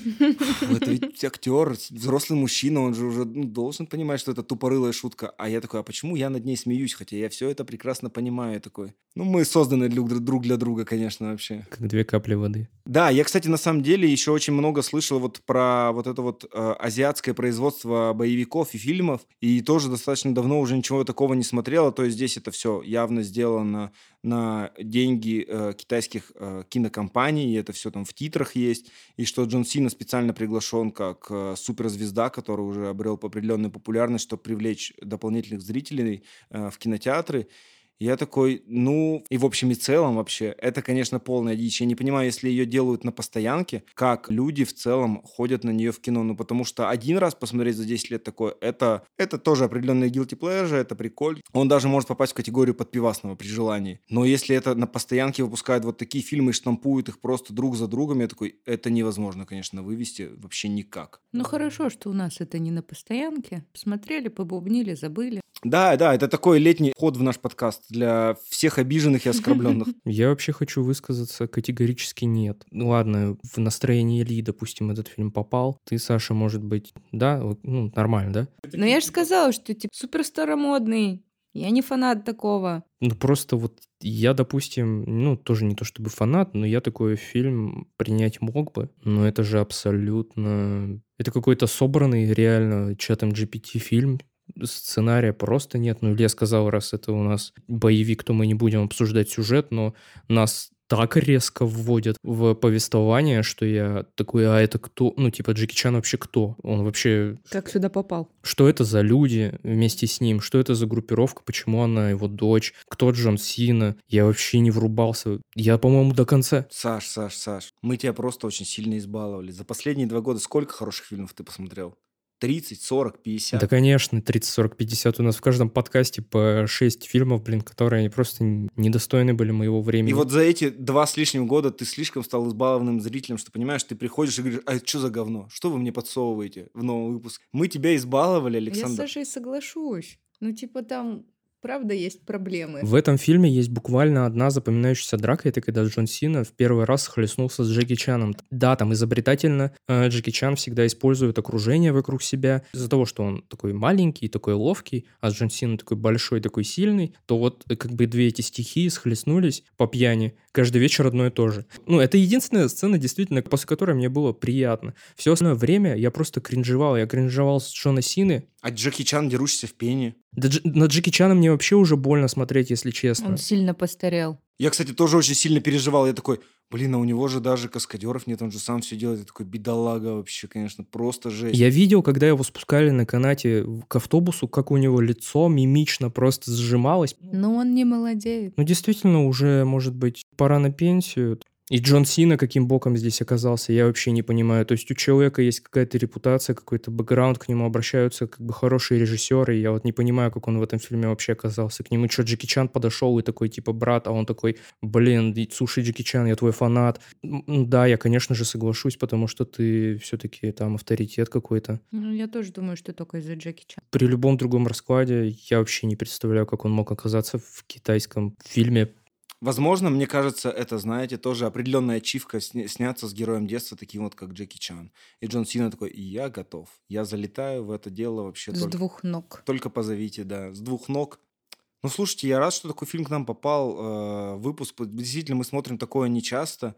Speaker 2: «Фу, это ведь актер, взрослый мужчина, он же уже ну, должен понимать, что это тупорылая шутка. А я такой, а почему я над ней смеюсь? Хотя я все это прекрасно понимаю. Я такой, ну мы созданы друг, друг для друга, конечно, вообще.
Speaker 1: Как две капли воды.
Speaker 2: Да, я, кстати, на самом деле еще очень много слышал вот про вот это вот э, азиатское производство боевиков и фильмов, и тоже достаточно давно уже ничего такого не смотрела, то есть здесь это все явно сделано на деньги э, китайских э, кинокомпаний, и это все там в титрах есть, и что Джон Сина специально приглашен как э, суперзвезда, который уже обрел определенную популярность, чтобы привлечь дополнительных зрителей э, в кинотеатры. Я такой, ну, и в общем и целом вообще, это, конечно, полная дичь. Я не понимаю, если ее делают на постоянке, как люди в целом ходят на нее в кино. Ну, потому что один раз посмотреть за десять лет такое, это, это тоже определенный guilty pleasure, это прикольно. Он даже может попасть в категорию подпивасного при желании. Но если это на постоянке выпускают вот такие фильмы и штампуют их просто друг за другом, я такой, это невозможно, конечно, вывести вообще никак.
Speaker 3: Ну хорошо, что у нас это не на постоянке. Посмотрели, побубнили, забыли.
Speaker 2: Да, да, это такой летний ход в наш подкаст для всех обиженных и оскорбленных.
Speaker 1: Я вообще хочу высказаться категорически нет. Ну ладно, в настроение Ильи, допустим, этот фильм попал. Ты, Саша, может быть, да, вот, ну, нормально, да?
Speaker 3: Но я же сказала, что типа супер старомодный. Я не фанат такого.
Speaker 1: Ну, просто вот я, допустим, ну, тоже не то чтобы фанат, но я такой фильм принять мог бы. Но это же абсолютно... Это какой-то собранный реально чатом джи пи ти фильм. Сценария просто нет. Ну, Илья сказал, раз это у нас боевик, то мы не будем обсуждать сюжет, но нас так резко вводят в повествование, что я такой, а это кто? Ну, типа, Джеки Чан вообще кто? Он вообще...
Speaker 3: Как сюда попал?
Speaker 1: Что это за люди вместе с ним? Что это за группировка? Почему она его дочь? Кто Джон Сина? Я вообще не врубался. Я, по-моему, до конца.
Speaker 2: Саш, Саш, Саш, мы тебя просто очень сильно избаловали. За последние два года сколько хороших фильмов ты посмотрел? тридцать, сорок, пятьдесят?
Speaker 1: Да, конечно, тридцать, сорок, пятьдесят. У нас в каждом подкасте по шесть фильмов, блин, которые они просто недостойны были моего времени.
Speaker 2: И вот за эти два с лишним года ты слишком стал избалованным зрителем, что, понимаешь, ты приходишь и говоришь, а это что за говно? Что вы мне подсовываете в новый выпуск? Мы тебя избаловали,
Speaker 3: Я с
Speaker 2: Александр.
Speaker 3: Сашей соглашусь. Ну, типа, там правда есть проблемы.
Speaker 1: В этом фильме есть буквально одна запоминающаяся драка. Это когда Джон Сина в первый раз схлестнулся с Джеки Чаном. Да, там изобретательно э, Джеки Чан всегда использует окружение вокруг себя. Из-за того, что он такой маленький, такой ловкий, а Джон Сина такой большой, такой сильный, то вот э, как бы две эти стихии схлестнулись по пьяни. Каждый вечер одно и то же. Ну, это единственная сцена, действительно, после которой мне было приятно. Все остальное время я просто кринжевал. Я кринжевал с Джона Сины.
Speaker 2: А Джеки Чан, дерущийся в пене.
Speaker 1: Да, Дж- на Джеки Чана мне вообще уже больно смотреть, если честно.
Speaker 3: Он сильно постарел.
Speaker 2: Я, кстати, тоже очень сильно переживал. Я такой, блин, а у него же даже каскадеров нет, он же сам все делает. Я такой, бедолага вообще, конечно, просто жесть.
Speaker 1: Я видел, когда его спускали на канате к автобусу, как у него лицо мимично просто сжималось.
Speaker 3: Но он не молодеет.
Speaker 1: Ну, действительно, уже, может быть, пора на пенсию. И Джон Сина каким боком здесь оказался, я вообще не понимаю. То есть у человека есть какая-то репутация, какой-то бэкграунд, к нему обращаются как бы хорошие режиссеры, и я вот не понимаю, как он в этом фильме вообще оказался. К нему что, Джеки Чан подошел и такой, типа, брат, а он такой, блин, слушай, Джеки Чан, я твой фанат. Ну да, я, конечно же, соглашусь, потому что ты все-таки там авторитет какой-то.
Speaker 3: Ну, я тоже думаю, что только из-за Джеки Чана.
Speaker 1: При любом другом раскладе я вообще не представляю, как он мог оказаться в китайском фильме.
Speaker 2: Возможно, мне кажется, это, знаете, тоже определенная ачивка сня- сняться с героем детства, таким вот, как Джеки Чан. И Джон Сина такой, я готов. Я залетаю в это дело вообще
Speaker 3: С
Speaker 2: только,
Speaker 3: двух ног.
Speaker 2: только позовите, да, с двух ног. Ну, слушайте, я рад, что такой фильм к нам попал э, в выпуск. Действительно, мы смотрим такое нечасто.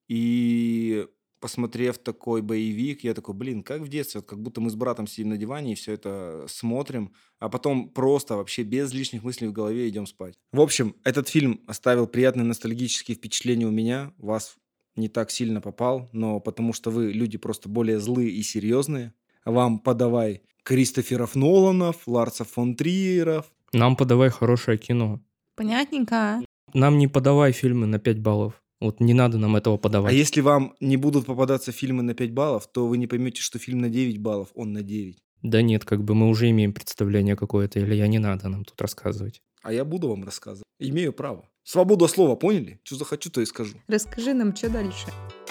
Speaker 2: И посмотрев такой боевик, я такой, блин, как в детстве, вот как будто мы с братом сидим на диване и все это смотрим, а потом просто вообще без лишних мыслей в голове идем спать. В общем, этот фильм оставил приятные ностальгические впечатления у меня, у вас не так сильно попал, но потому что вы люди просто более злые и серьезные. Вам подавай Кристоферов Ноланов, Ларса фон Триеров.
Speaker 1: Нам подавай хорошее кино.
Speaker 3: Понятненько.
Speaker 1: Нам не подавай фильмы на пять баллов. Вот не надо нам этого
Speaker 2: А
Speaker 1: подавать.
Speaker 2: если вам не будут попадаться фильмы на пять баллов, то вы не поймете, что фильм на девять баллов, он на девять.
Speaker 1: Да нет, как бы мы уже имеем представление какое-то, или я не надо нам тут рассказывать.
Speaker 2: А я буду вам рассказывать. Имею право. Свобода слова, поняли? Что захочу, то и скажу.
Speaker 3: Расскажи нам, что дальше.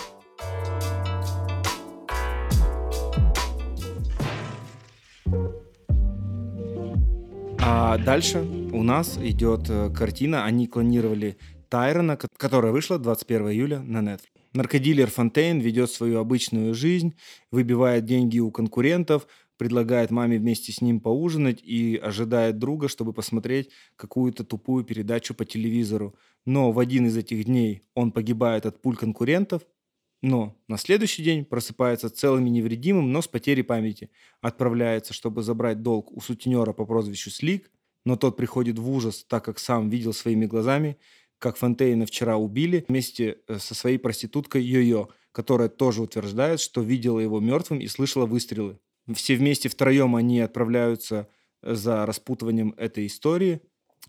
Speaker 2: А дальше у нас идет э, картина. Они клонировали Тайрона, ко- которая вышла двадцать первого июля на Netflix. Наркодилер Фонтейн ведет свою обычную жизнь, выбивает деньги у конкурентов, предлагает маме вместе с ним поужинать и ожидает друга, чтобы посмотреть какую-то тупую передачу по телевизору. Но в один из этих дней он погибает от пуль конкурентов, но на следующий день просыпается целым и невредимым, но с потерей памяти. Отправляется, чтобы забрать долг у сутенера по прозвищу Слик, но тот приходит в ужас, так как сам видел своими глазами, как Фонтейна вчера убили вместе э, со своей проституткой Йо-Йо, которая тоже утверждает, что видела его мертвым и слышала выстрелы. Все вместе втроем они отправляются э, за распутыванием этой истории.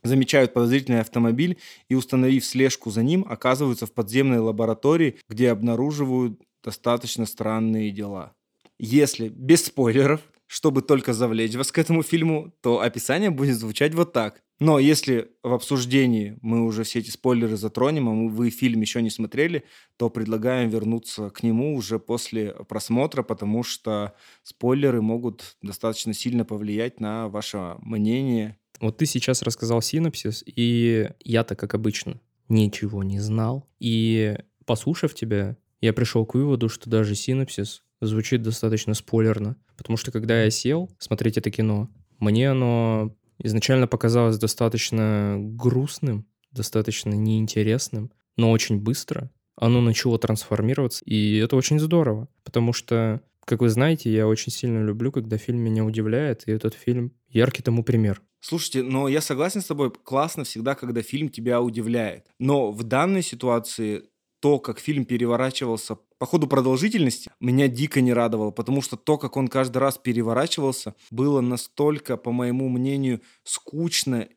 Speaker 2: замечают подозрительный автомобиль и, установив слежку за ним, оказываются в подземной лаборатории, где обнаруживают достаточно странные дела. Если без спойлеров, чтобы только завлечь вас к этому фильму, то описание будет звучать вот так. Но если в обсуждении мы уже все эти спойлеры затронем, а мы- вы фильм еще не смотрели, то предлагаем вернуться к нему уже после просмотра, потому что спойлеры могут достаточно сильно повлиять на ваше мнение.
Speaker 1: Вот ты сейчас рассказал синопсис, и я-то, как обычно, ничего не знал. И, послушав тебя, я пришел к выводу, что даже синопсис звучит достаточно спойлерно. Потому что, когда я сел смотреть это кино, мне оно изначально показалось достаточно грустным, достаточно неинтересным, но очень быстро оно начало трансформироваться, и это очень здорово. Потому что, как вы знаете, я очень сильно люблю, когда фильм меня удивляет, и этот фильм яркий тому пример.
Speaker 2: Слушайте, но я согласен с тобой, классно всегда, когда фильм тебя удивляет. Но в данной ситуации то, как фильм переворачивался по ходу продолжительности, меня дико не радовало, потому что то, как он каждый раз переворачивался, было настолько, по моему мнению, скучно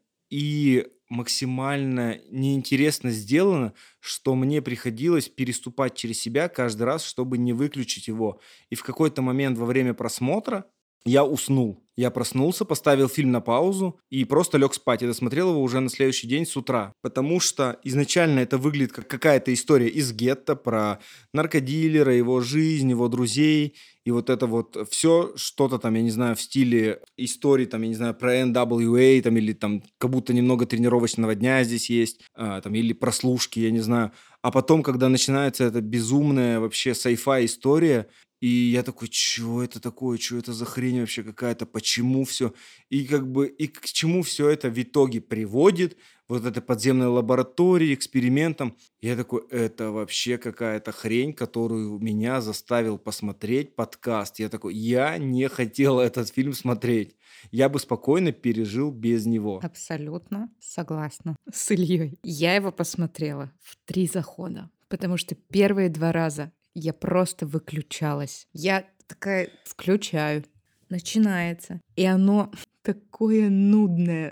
Speaker 2: и максимально неинтересно сделано, что мне приходилось переступать через себя каждый раз, чтобы не выключить его. И в какой-то момент во время просмотра я уснул. Я проснулся, поставил фильм на паузу и просто лег спать. Я досмотрел его уже на следующий день с утра. Потому что изначально это выглядит как какая-то история из гетто про наркодилера, его жизнь, его друзей. И вот это вот все что-то там, я не знаю, в стиле истории, там, я не знаю, про эн дабл ю эй, там, или там как будто немного тренировочного дня здесь есть, а, там, или прослушки, я не знаю. А потом, когда начинается эта безумная вообще sci-fi история, и я такой, что это такое, что это за хрень вообще какая-то, почему все? И как бы, и к чему все это в итоге приводит, вот этой подземной лаборатории, экспериментам. Я такой, это вообще какая-то хрень, которую меня заставил посмотреть подкаст. Я такой, я не хотел этот фильм смотреть. Я бы спокойно пережил без него.
Speaker 3: Абсолютно согласна с Ильей. Я его посмотрела в три захода, потому что первые два раза я просто выключалась. Я такая включаю, начинается, и оно такое нудное,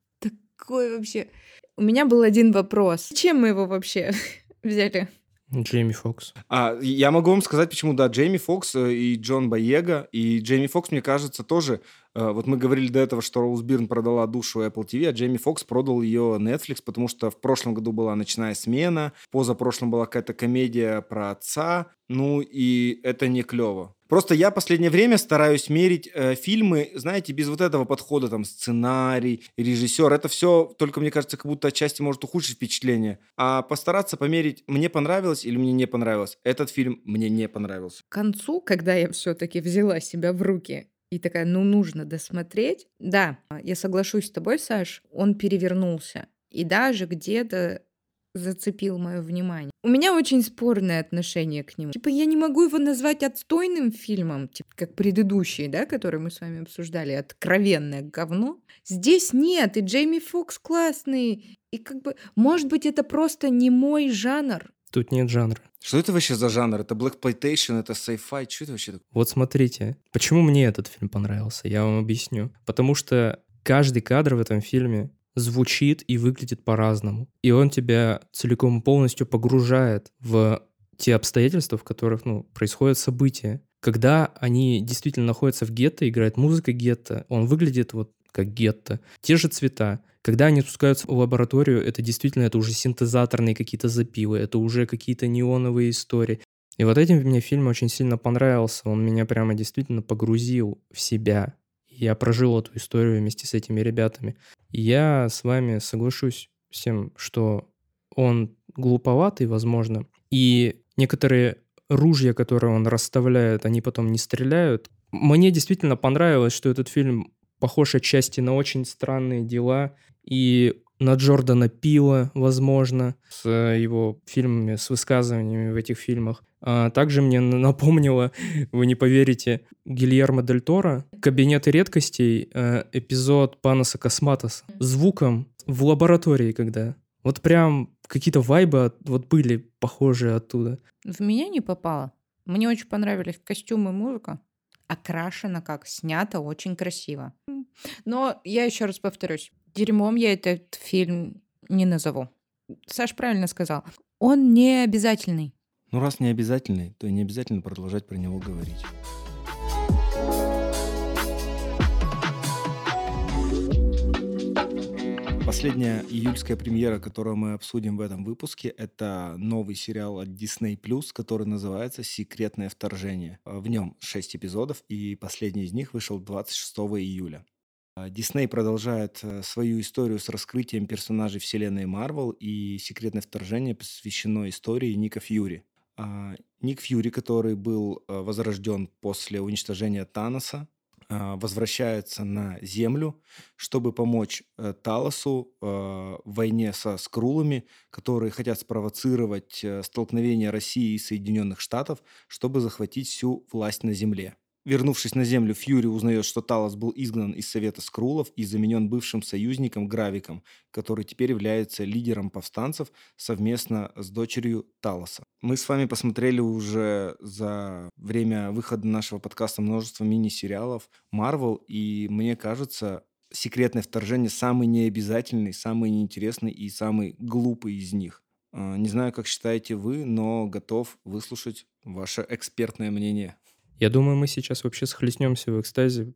Speaker 3: такое вообще. У меня был один вопрос. Зачем мы его вообще взяли?
Speaker 1: Джейми Фокс.
Speaker 2: А, я могу вам сказать, почему, да, Джейми Фокс э, и Джон Боега, и Джейми Фокс, мне кажется, тоже, э, вот мы говорили до этого, что Роуз Бирн продала душу Apple ти ви, а Джейми Фокс продал ее Netflix, потому что в прошлом году была «Ночная смена», позапрошлом была какая-то комедия про отца, ну и это не клево. Просто я последнее время стараюсь мерить э, фильмы, знаете, без вот этого подхода, там, сценарий, режиссер. Это все только, мне кажется, как будто отчасти может ухудшить впечатление. А постараться померить, мне понравилось или мне не понравилось. Этот фильм мне не понравился.
Speaker 3: К концу, когда я все-таки взяла себя в руки и такая, ну, нужно досмотреть. Да, я соглашусь с тобой, Саш, он перевернулся. И даже где-то зацепил мое внимание. У меня очень спорное отношение к нему. Типа, я не могу его назвать отстойным фильмом, типа, как предыдущие, да, которые мы с вами обсуждали, откровенное говно. Здесь нет, и Джейми Фокс классный, и как бы, может быть, это просто не мой жанр.
Speaker 1: Тут нет жанра.
Speaker 2: Что это вообще за жанр? Это blaxploitation, это sci-fi? Что это вообще такое?
Speaker 1: Вот смотрите, почему мне этот фильм понравился, я вам объясню. Потому что каждый кадр в этом фильме звучит и выглядит по-разному. И он тебя целиком и полностью погружает в те обстоятельства, в которых, ну, происходят события. Когда они действительно находятся в гетто, играет музыка гетто, он выглядит вот как гетто. Те же цвета. Когда они спускаются в лабораторию, это действительно, это уже синтезаторные какие-то запилы, это уже какие-то неоновые истории. И вот этим мне фильм очень сильно понравился. Он меня прямо действительно погрузил в себя. Я прожил эту историю вместе с этими ребятами. И я с вами соглашусь с тем, что он глуповатый, возможно. И некоторые ружья, которые он расставляет, они потом не стреляют. Мне действительно понравилось, что этот фильм похож отчасти на «Очень странные дела» и на Джордана Пила, возможно, с его фильмами, с высказываниями в этих фильмах. А также мне напомнило, вы не поверите, Гильермо Дель Торо «Кабинеты редкостей», эпизод Паноса Косматоса, звуком в лаборатории, когда. Вот прям какие-то вайбы вот были похожие оттуда.
Speaker 3: В меня не попало. Мне очень понравились костюмы и музыка. Окрашено как, снято очень красиво. Но я еще раз повторюсь, Дерьмом я этот фильм не назову. Саш правильно сказал. Он не обязательный.
Speaker 2: Ну, раз не обязательный, то и не обязательно продолжать про него говорить. Последняя июльская премьера, которую мы обсудим в этом выпуске, это новый сериал от Disney+, который называется «Секретное вторжение». В нем шесть эпизодов, и последний из них вышел двадцать шестого июля. Дисней продолжает э, свою историю с раскрытием персонажей вселенной Марвел, и «Секретное вторжение» посвящено истории Ника Фьюри. А, Ник Фьюри, который был э, возрожден после уничтожения Таноса, э, возвращается на Землю, чтобы помочь э, Талосу э, в войне со скрулами, которые хотят спровоцировать э, столкновение России и Соединенных Штатов, чтобы захватить всю власть на Земле. Вернувшись на Землю, Фьюри узнает, что Талос был изгнан из Совета Скруллов и заменен бывшим союзником Гравиком, который теперь является лидером повстанцев совместно с дочерью Талоса. Мы с вами посмотрели уже за время выхода нашего подкаста множество мини-сериалов Marvel, и мне кажется, «Секретное вторжение» самый необязательный, самый неинтересный и самый глупый из них. А, Не знаю, как считаете вы, но готов выслушать ваше экспертное мнение.
Speaker 1: Я думаю, мы сейчас вообще схлестнемся в экстазе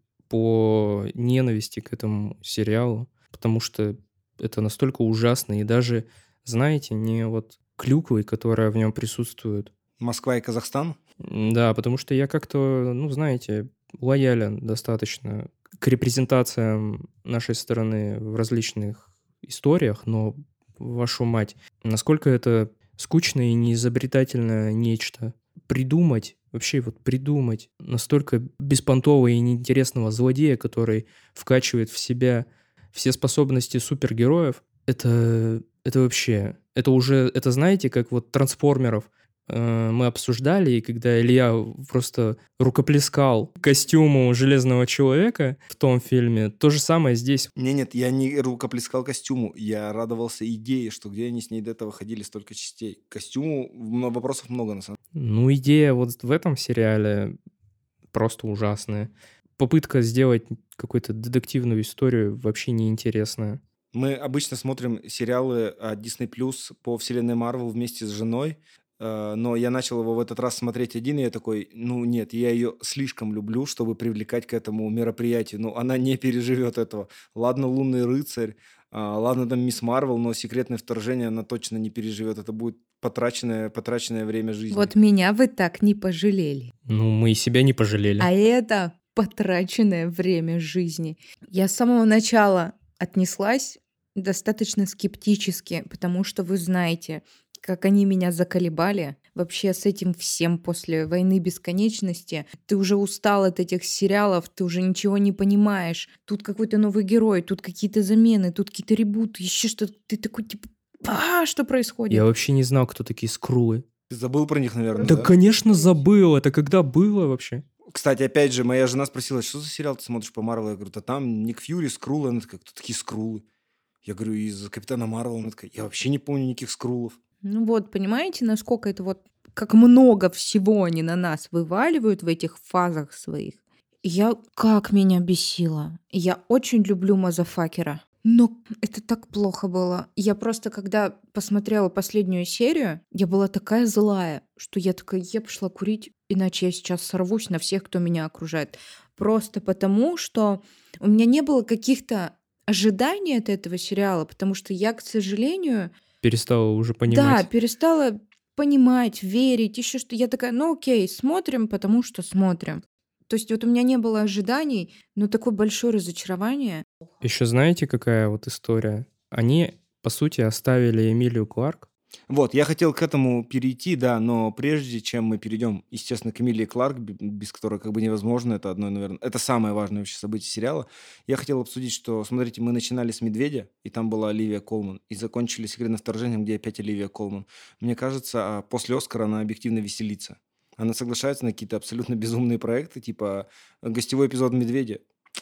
Speaker 1: по ненависти к этому сериалу, потому что это настолько ужасно, и даже, знаете, не вот клюквой, которая в нем присутствует.
Speaker 2: Москва и Казахстан?
Speaker 1: М, Да, потому что я как-то, ну, знаете, лоялен достаточно к репрезентациям нашей страны в различных историях, но, вашу мать, насколько это скучное и неизобретательное нечто. Придумать, вообще вот придумать настолько беспонтового и неинтересного злодея, который вкачивает в себя все способности супергероев, это, это вообще, это уже, это знаете, как вот трансформеров э, мы обсуждали, и когда Илья просто рукоплескал костюму Железного Человека в том фильме, то же самое здесь.
Speaker 2: Не, нет, я не рукоплескал костюму, я радовался идее, что где они с ней до этого ходили столько частей. К костюму м, вопросов много, на самом
Speaker 1: Ну, идея вот в этом сериале просто ужасная. Попытка сделать какую-то детективную историю вообще неинтересная.
Speaker 2: Мы обычно смотрим сериалы от Disney Plus по вселенной Marvel вместе с женой, э, но я начал его в этот раз смотреть один, и я такой, ну нет, я ее слишком люблю, чтобы привлекать к этому мероприятию. Ну, она не переживет этого. Ладно, Лунный рыцарь, а, ладно, там Мисс Марвел, но секретное вторжение она точно не переживет. Это будет потраченное, потраченное время жизни.
Speaker 3: Вот меня вы так не пожалели.
Speaker 1: Ну, мы и себя не пожалели.
Speaker 3: А это потраченное время жизни. Я с самого начала отнеслась достаточно скептически, потому что вы знаете, как они меня заколебали. Вообще с этим всем после «Войны бесконечности». Ты уже устал от этих сериалов, ты уже ничего не понимаешь. Тут какой-то новый герой, тут какие-то замены, тут какие-то ребуты, еще что-то. Ты такой, типа, а, что происходит?
Speaker 1: Я вообще не знал, кто такие скрулы.
Speaker 2: Ты забыл про них, наверное,
Speaker 1: Да,
Speaker 2: да?
Speaker 1: конечно, забыл. Это когда было вообще?
Speaker 2: Кстати, опять же, моя жена спросила, что за сериал ты смотришь по Марвелу? Я говорю, да там Ник Фьюри, Скруллы. Она такая, кто такие Скруллы? Я говорю, из Капитана Марвела. Она такая, я вообще не помню никаких Скруллов.
Speaker 3: Ну вот, понимаете, насколько это вот, как много всего они на нас вываливают в этих фазах своих. Я, как меня бесило. Я очень люблю мазафакера. Но это так плохо было. Я просто, когда посмотрела последнюю серию, я была такая злая, что я такая, я пошла курить, иначе я сейчас сорвусь на всех, кто меня окружает. Просто потому, что у меня не было каких-то ожиданий от этого сериала, потому что я, к сожалению,
Speaker 1: Перестала уже
Speaker 3: да,
Speaker 1: понимать.
Speaker 3: перестала понимать, верить, еще что. Я такая, ну окей, смотрим, потому что смотрим. То есть вот у меня не было ожиданий, но такое большое разочарование.
Speaker 1: Еще знаете, какая вот история? Они, по сути, оставили Эмилию Кларк.
Speaker 2: Вот, я хотел к этому перейти, да, но прежде чем мы перейдем, естественно, к Эмилии Кларк, б- без которой как бы невозможно, это одно, наверное, это самое важное вообще событие сериала, я хотел обсудить, что, смотрите, мы начинали с «Медведя», и там была Оливия Колман, и закончили «Секретным вторжением», где опять Оливия Колман. Мне кажется, а, после «Оскара» она объективно веселится. Она соглашается на какие-то абсолютно безумные проекты, типа гостевой эпизод «Медведя»,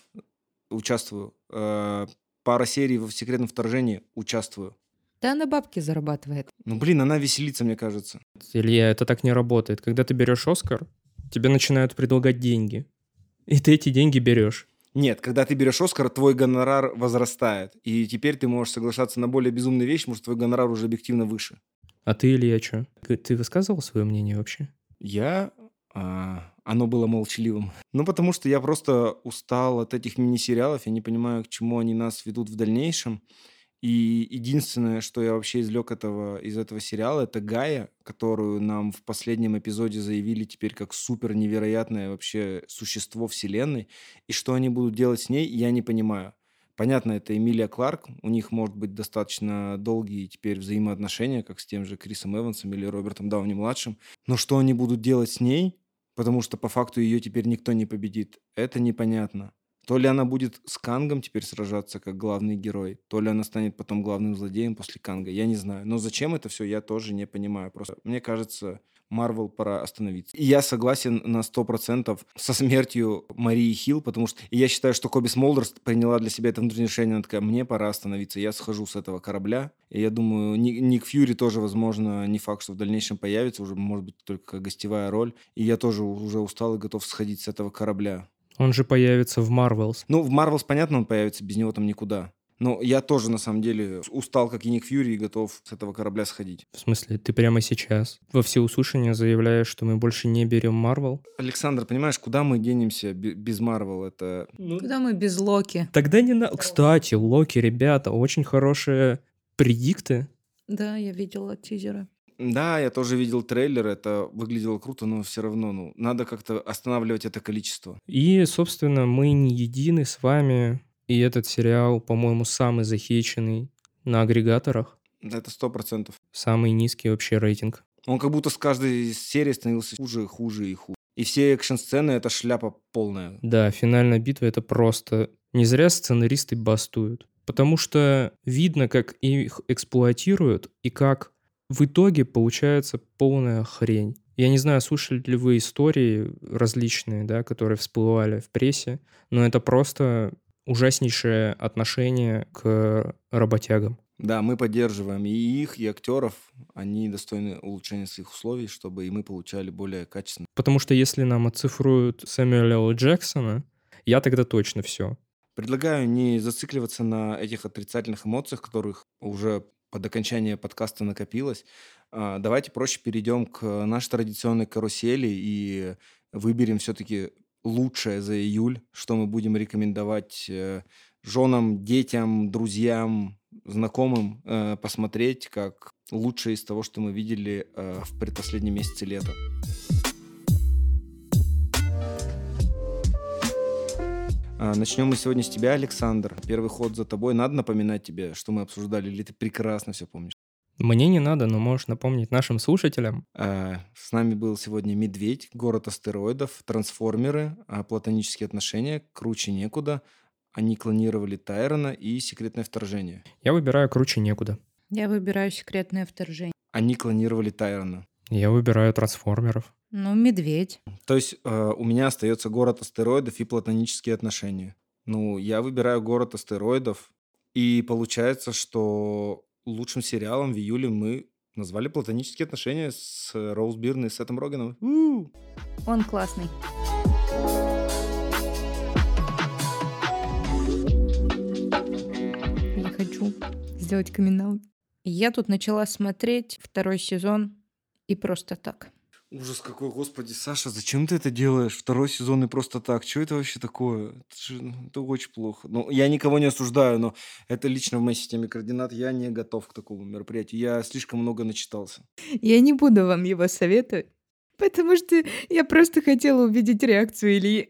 Speaker 2: участвую, Э, пара серий в «Секретном вторжении», участвую.
Speaker 3: Да она бабки зарабатывает.
Speaker 2: Ну, блин, она веселится, мне кажется.
Speaker 1: Илья, это так не работает. Когда ты берешь Оскар, тебе начинают предлагать деньги. И ты эти деньги берешь.
Speaker 2: Нет, когда ты берешь Оскар, твой гонорар возрастает. И теперь ты можешь соглашаться на более безумные вещи, потому что твой гонорар уже объективно выше.
Speaker 1: А ты, Илья, что? Ты высказывал свое мнение вообще?
Speaker 2: Я... а, оно было молчаливым. Ну, потому что я просто устал от этих мини-сериалов. Я не понимаю, к чему они нас ведут в дальнейшем. И единственное, что я вообще извлек этого, из этого сериала, это Гая, которую нам в последнем эпизоде заявили теперь как супер невероятное вообще существо вселенной. И что они будут делать с ней, я не понимаю. Понятно, это Эмилия Кларк, у них может быть достаточно долгие теперь взаимоотношения, как с тем же Крисом Эвансом или Робертом Дауни-младшим. Но что они будут делать с ней, потому что по факту ее теперь никто не победит, это непонятно. То ли она будет с Кангом теперь сражаться как главный герой, то ли она станет потом главным злодеем после Канга, я не знаю. Но зачем это все, я тоже не понимаю. Просто мне кажется, Марвел пора остановиться. И я согласен на сто процентов со смертью Марии Хилл, потому что и я считаю, что Коби Смолдерс приняла для себя это внутреннее решение. Она такая, мне пора остановиться, я схожу с этого корабля. И я думаю, Ник, Ник Фьюри тоже, возможно, не факт, что в дальнейшем появится, уже может быть только как гостевая роль. И я тоже уже устал и готов сходить с этого корабля.
Speaker 1: Он же появится в Marvels.
Speaker 2: Ну, в Marvels, понятно, он появится, без него там никуда. Но я тоже, на самом деле, устал, как и Ник Фьюри, и готов с этого корабля сходить.
Speaker 1: В смысле, ты прямо сейчас во всеуслышание заявляешь, что мы больше не берем Марвел?
Speaker 2: Александр, понимаешь, куда мы денемся без Марвел? Это...
Speaker 3: Куда мы без Локи?
Speaker 1: Тогда не на... Кстати, Локи, ребята, очень хорошие предикты.
Speaker 3: Да, я видела тизеры.
Speaker 2: Да, я тоже видел трейлер, это выглядело круто, но все равно, ну, надо как-то останавливать это количество.
Speaker 1: И, собственно, мы не едины с вами, и этот сериал, по-моему, самый захейченный на агрегаторах.
Speaker 2: Это сто процентов.
Speaker 1: Самый низкий вообще рейтинг.
Speaker 2: Он как будто с каждой серии становился хуже, хуже и хуже. И все экшн-сцены — это шляпа полная.
Speaker 1: Да, финальная битва — это просто... Не зря сценаристы бастуют. Потому что видно, как их эксплуатируют, и как в итоге получается полная хрень. Я не знаю, слышали ли вы истории различные, да, которые всплывали в прессе, но это просто ужаснейшее отношение к работягам.
Speaker 2: Да, мы поддерживаем и их, и актеров. Они достойны улучшения своих условий, чтобы и мы получали более качественно.
Speaker 1: Потому что если нам оцифруют Сэмюэля Л. Джексона, я тогда точно все.
Speaker 2: Предлагаю не зацикливаться на этих отрицательных эмоциях, которых уже под окончание подкаста накопилось. А, давайте проще перейдем к нашей традиционной карусели и выберем все-таки лучшее за июль, что мы будем рекомендовать э, женам, детям, друзьям, знакомым э, посмотреть как лучшее из того, что мы видели э, в предпоследнем месяце лета. А, начнем мы сегодня с тебя, Александр. Первый ход за тобой. Надо напоминать тебе, что мы обсуждали, или ты прекрасно все помнишь?
Speaker 1: Мне не надо, но можешь напомнить нашим слушателям.
Speaker 2: А, с нами был сегодня «Медведь», «Город астероидов», «Трансформеры», а, «Платонические отношения», «Круче некуда», «Они клонировали Тайрона» и «Секретное вторжение».
Speaker 1: Я выбираю «Круче некуда».
Speaker 3: Я выбираю «Секретное вторжение».
Speaker 2: «Они клонировали Тайрона».
Speaker 1: Я выбираю «Трансформеров».
Speaker 3: Ну, «Медведь».
Speaker 2: То есть э, у меня остается «Город астероидов» и «Платонические отношения». Ну, я выбираю «Город астероидов», и получается, что лучшим сериалом в июле мы назвали «Платонические отношения» с Роуз Бирн и Сетом Рогеном. У-у-у!
Speaker 3: Он классный. Я хочу сделать камин-аут. Я тут начала смотреть второй сезон и просто так.
Speaker 2: Ужас какой, господи, Саша, зачем ты это делаешь? Второй сезон и просто так. Что это вообще такое? Это, же, это очень плохо. Ну, я никого не осуждаю, но это лично в моей системе координат. Я не готов к такому мероприятию. Я слишком много начитался.
Speaker 3: Я не буду вам его советовать, потому что я просто хотела увидеть реакцию Ильи.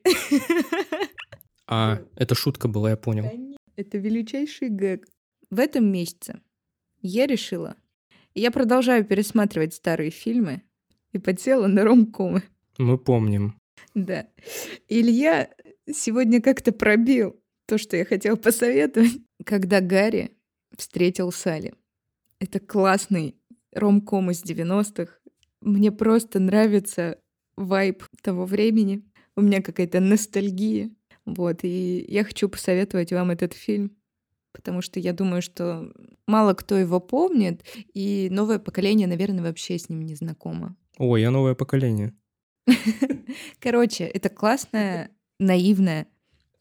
Speaker 1: А, это шутка была, я понял.
Speaker 3: Это величайший гэг. В этом месяце я решила, я продолжаю пересматривать старые фильмы, и подсела на ромкомы.
Speaker 1: Мы помним.
Speaker 3: Да. Илья сегодня как-то пробил то, что я хотела посоветовать. Когда Гарри встретил Салли. Это классный ромком из девяностых. Мне просто нравится вайб того времени. У меня какая-то ностальгия. Вот, и я хочу посоветовать вам этот фильм, потому что я думаю, что мало кто его помнит, и новое поколение, наверное, вообще с ним не знакомо.
Speaker 1: О, я новое поколение.
Speaker 3: Короче, это классная, наивная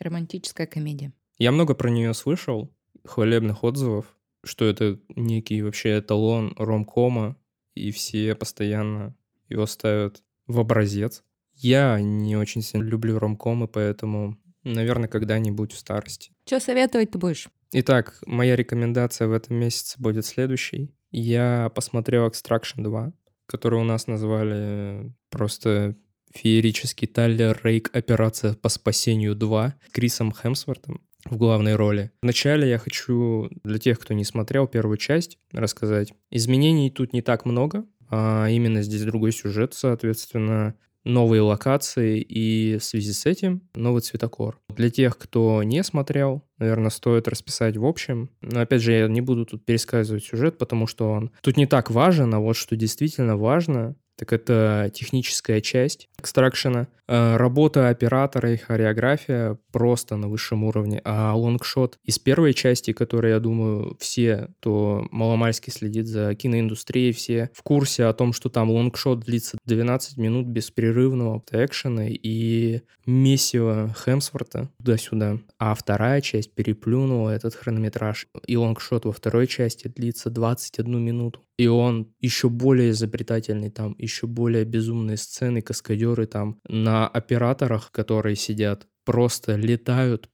Speaker 3: Романтическая комедия.
Speaker 1: Я много про нее слышал, хвалебных отзывов, что это некий вообще эталон ромкома, и все постоянно его ставят в образец. Я не очень сильно люблю ромкомы, поэтому, наверное, когда-нибудь в старости.
Speaker 3: Что советовать ты будешь?
Speaker 1: Итак, моя рекомендация в этом месяце будет следующей. Я посмотрел Extraction два, который у нас назвали просто феерический Тайлер Рейк «Операция по спасению два» с Крисом Хемсвортом в главной роли. Вначале я хочу для тех, кто не смотрел первую часть, рассказать. Изменений тут не так много, а именно здесь другой сюжет, соответственно, новые локации и в связи с этим новый цветокор. Для тех, кто не смотрел, наверное, стоит расписать в общем. Но опять же, я не буду тут пересказывать сюжет, потому что он тут не так важен, а вот что действительно важно, так это техническая часть экстракшена. Э, Работа оператора и хореография просто на высшем уровне. А лонгшот из первой части, который, я думаю, все, кто маломальски следит за киноиндустрией, все в курсе о том, что там лонгшот длится двенадцать минут беспрерывного экшена и месива Хемсворта туда-сюда. А вторая часть переплюнула этот хронометраж. И лонгшот во второй части длится двадцать одну минуту. И он еще более изобретательный, там еще более безумные сцены, каскадеры там на операторах, которые сидят, просто летают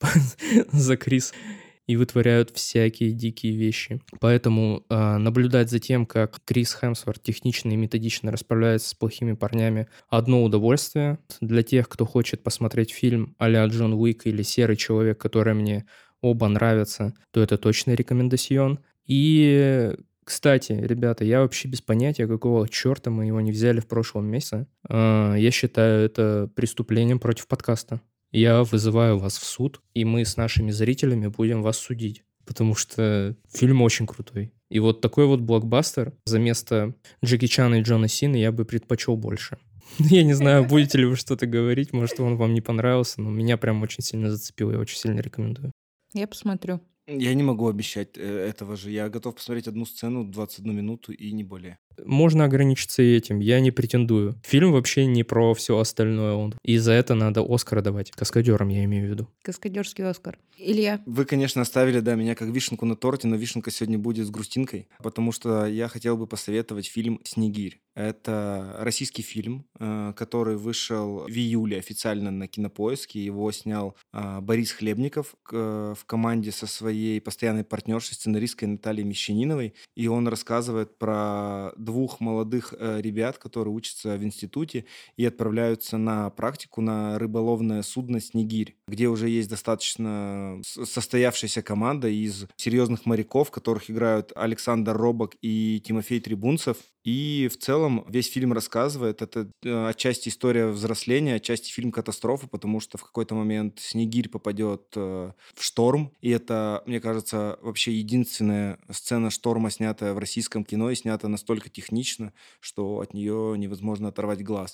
Speaker 1: за Крис и вытворяют всякие дикие вещи. Поэтому э, наблюдать за тем, как Крис Хемсворт технично и методично расправляется с плохими парнями, одно удовольствие. Для тех, кто хочет посмотреть фильм а-ля Джон Уик или Серый человек, который мне оба нравятся, то это точно рекомендацион. И... Кстати, ребята, я вообще без понятия, какого черта мы его не взяли в прошлом месяце. Э, Я считаю это преступлением против подкаста. Я вызываю вас в суд, и мы с нашими зрителями будем вас судить. Потому что фильм очень крутой. И вот такой вот блокбастер за место Джеки Чана и Джона Сины я бы предпочел больше. Я не знаю, будете ли вы что-то говорить, может, он вам не понравился, но меня прям очень сильно зацепил, я очень сильно рекомендую.
Speaker 3: Я посмотрю.
Speaker 2: Я не могу обещать э, этого же. Я готов посмотреть одну сцену двадцать одну минуту и не более.
Speaker 1: Можно ограничиться и этим, я не претендую. Фильм вообще не про все остальное, он. И за это надо Оскара давать. Каскадерам я имею в виду.
Speaker 3: Каскадерский Оскар. Илья.
Speaker 2: Вы, конечно, оставили, да, меня как вишенку на торте, но вишенка сегодня будет с грустинкой, потому что я хотел бы посоветовать фильм «Снегирь». Это российский фильм, э, который вышел в июле официально на Кинопоиске. Его снял э, Борис Хлебников к- в команде со своей постоянной партнершей, сценаристкой Натальей Мещаниновой. И он рассказывает про двух молодых э, ребят, которые учатся в институте и отправляются на практику на рыболовное судно «Снегирь», где уже есть достаточно с- состоявшаяся команда из серьезных моряков, которых играют Александр Робок и Тимофей Трибунцев. И в целом весь фильм рассказывает, это э, отчасти история взросления, отчасти фильм катастрофа, потому что в какой-то момент Снегирь попадет э, в шторм, и это, мне кажется, вообще единственная сцена шторма, снятая в российском кино, и снята настолько технично, что от нее невозможно оторвать глаз.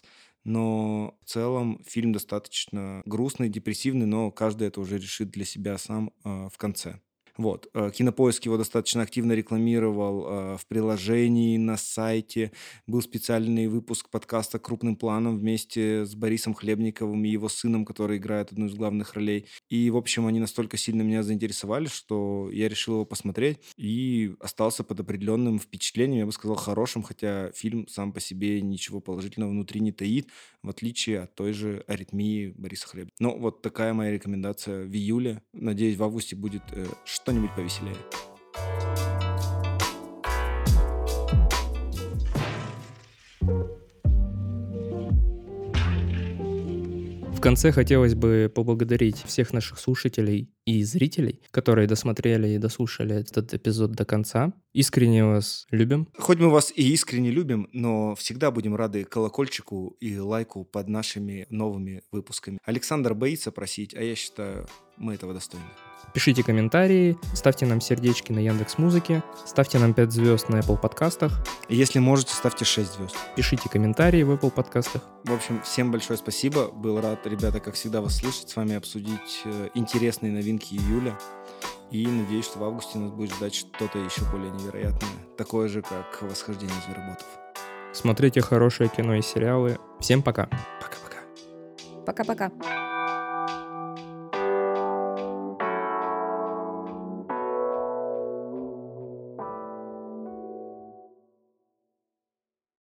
Speaker 2: Но в целом фильм достаточно грустный, депрессивный, но каждый это уже решит для себя сам э, в конце. Вот. э, Кинопоиск его достаточно активно рекламировал э, в приложении, на сайте. Был специальный выпуск подкаста «Крупным планом» вместе с Борисом Хлебниковым и его сыном, который играет одну из главных ролей. И, в общем, они настолько сильно меня заинтересовали, что я решил его посмотреть и остался под определенным впечатлением, я бы сказал, хорошим, хотя фильм сам по себе ничего положительного внутри не таит, в отличие от той же «Аритмии» Бориса Хлебникова. Ну, вот такая моя рекомендация в июле. Надеюсь, в августе будет э, что-нибудь повеселее.
Speaker 1: В конце хотелось бы поблагодарить всех наших слушателей и зрителей, которые досмотрели и дослушали этот эпизод до конца. Искренне вас любим.
Speaker 2: Хоть мы вас и искренне любим, но всегда будем рады колокольчику и лайку под нашими новыми выпусками. Александр боится просить, а я считаю, мы этого достойны.
Speaker 1: Пишите комментарии, ставьте нам сердечки на Яндекс.Музыке, ставьте нам пять звезд на Apple подкастах,
Speaker 2: И если можете, ставьте шесть звезд.
Speaker 1: пишите комментарии в Apple подкастах.
Speaker 2: В общем, всем большое спасибо. Был рад, ребята, как всегда, вас слышать, с вами обсудить э, интересные новинки июля. И надеюсь, что в августе нас будет ждать что-то еще более невероятное. Такое же, как «Восхождение звероботов».
Speaker 1: Смотрите хорошее кино и сериалы. Всем пока.
Speaker 2: Пока-пока.
Speaker 3: Пока-пока.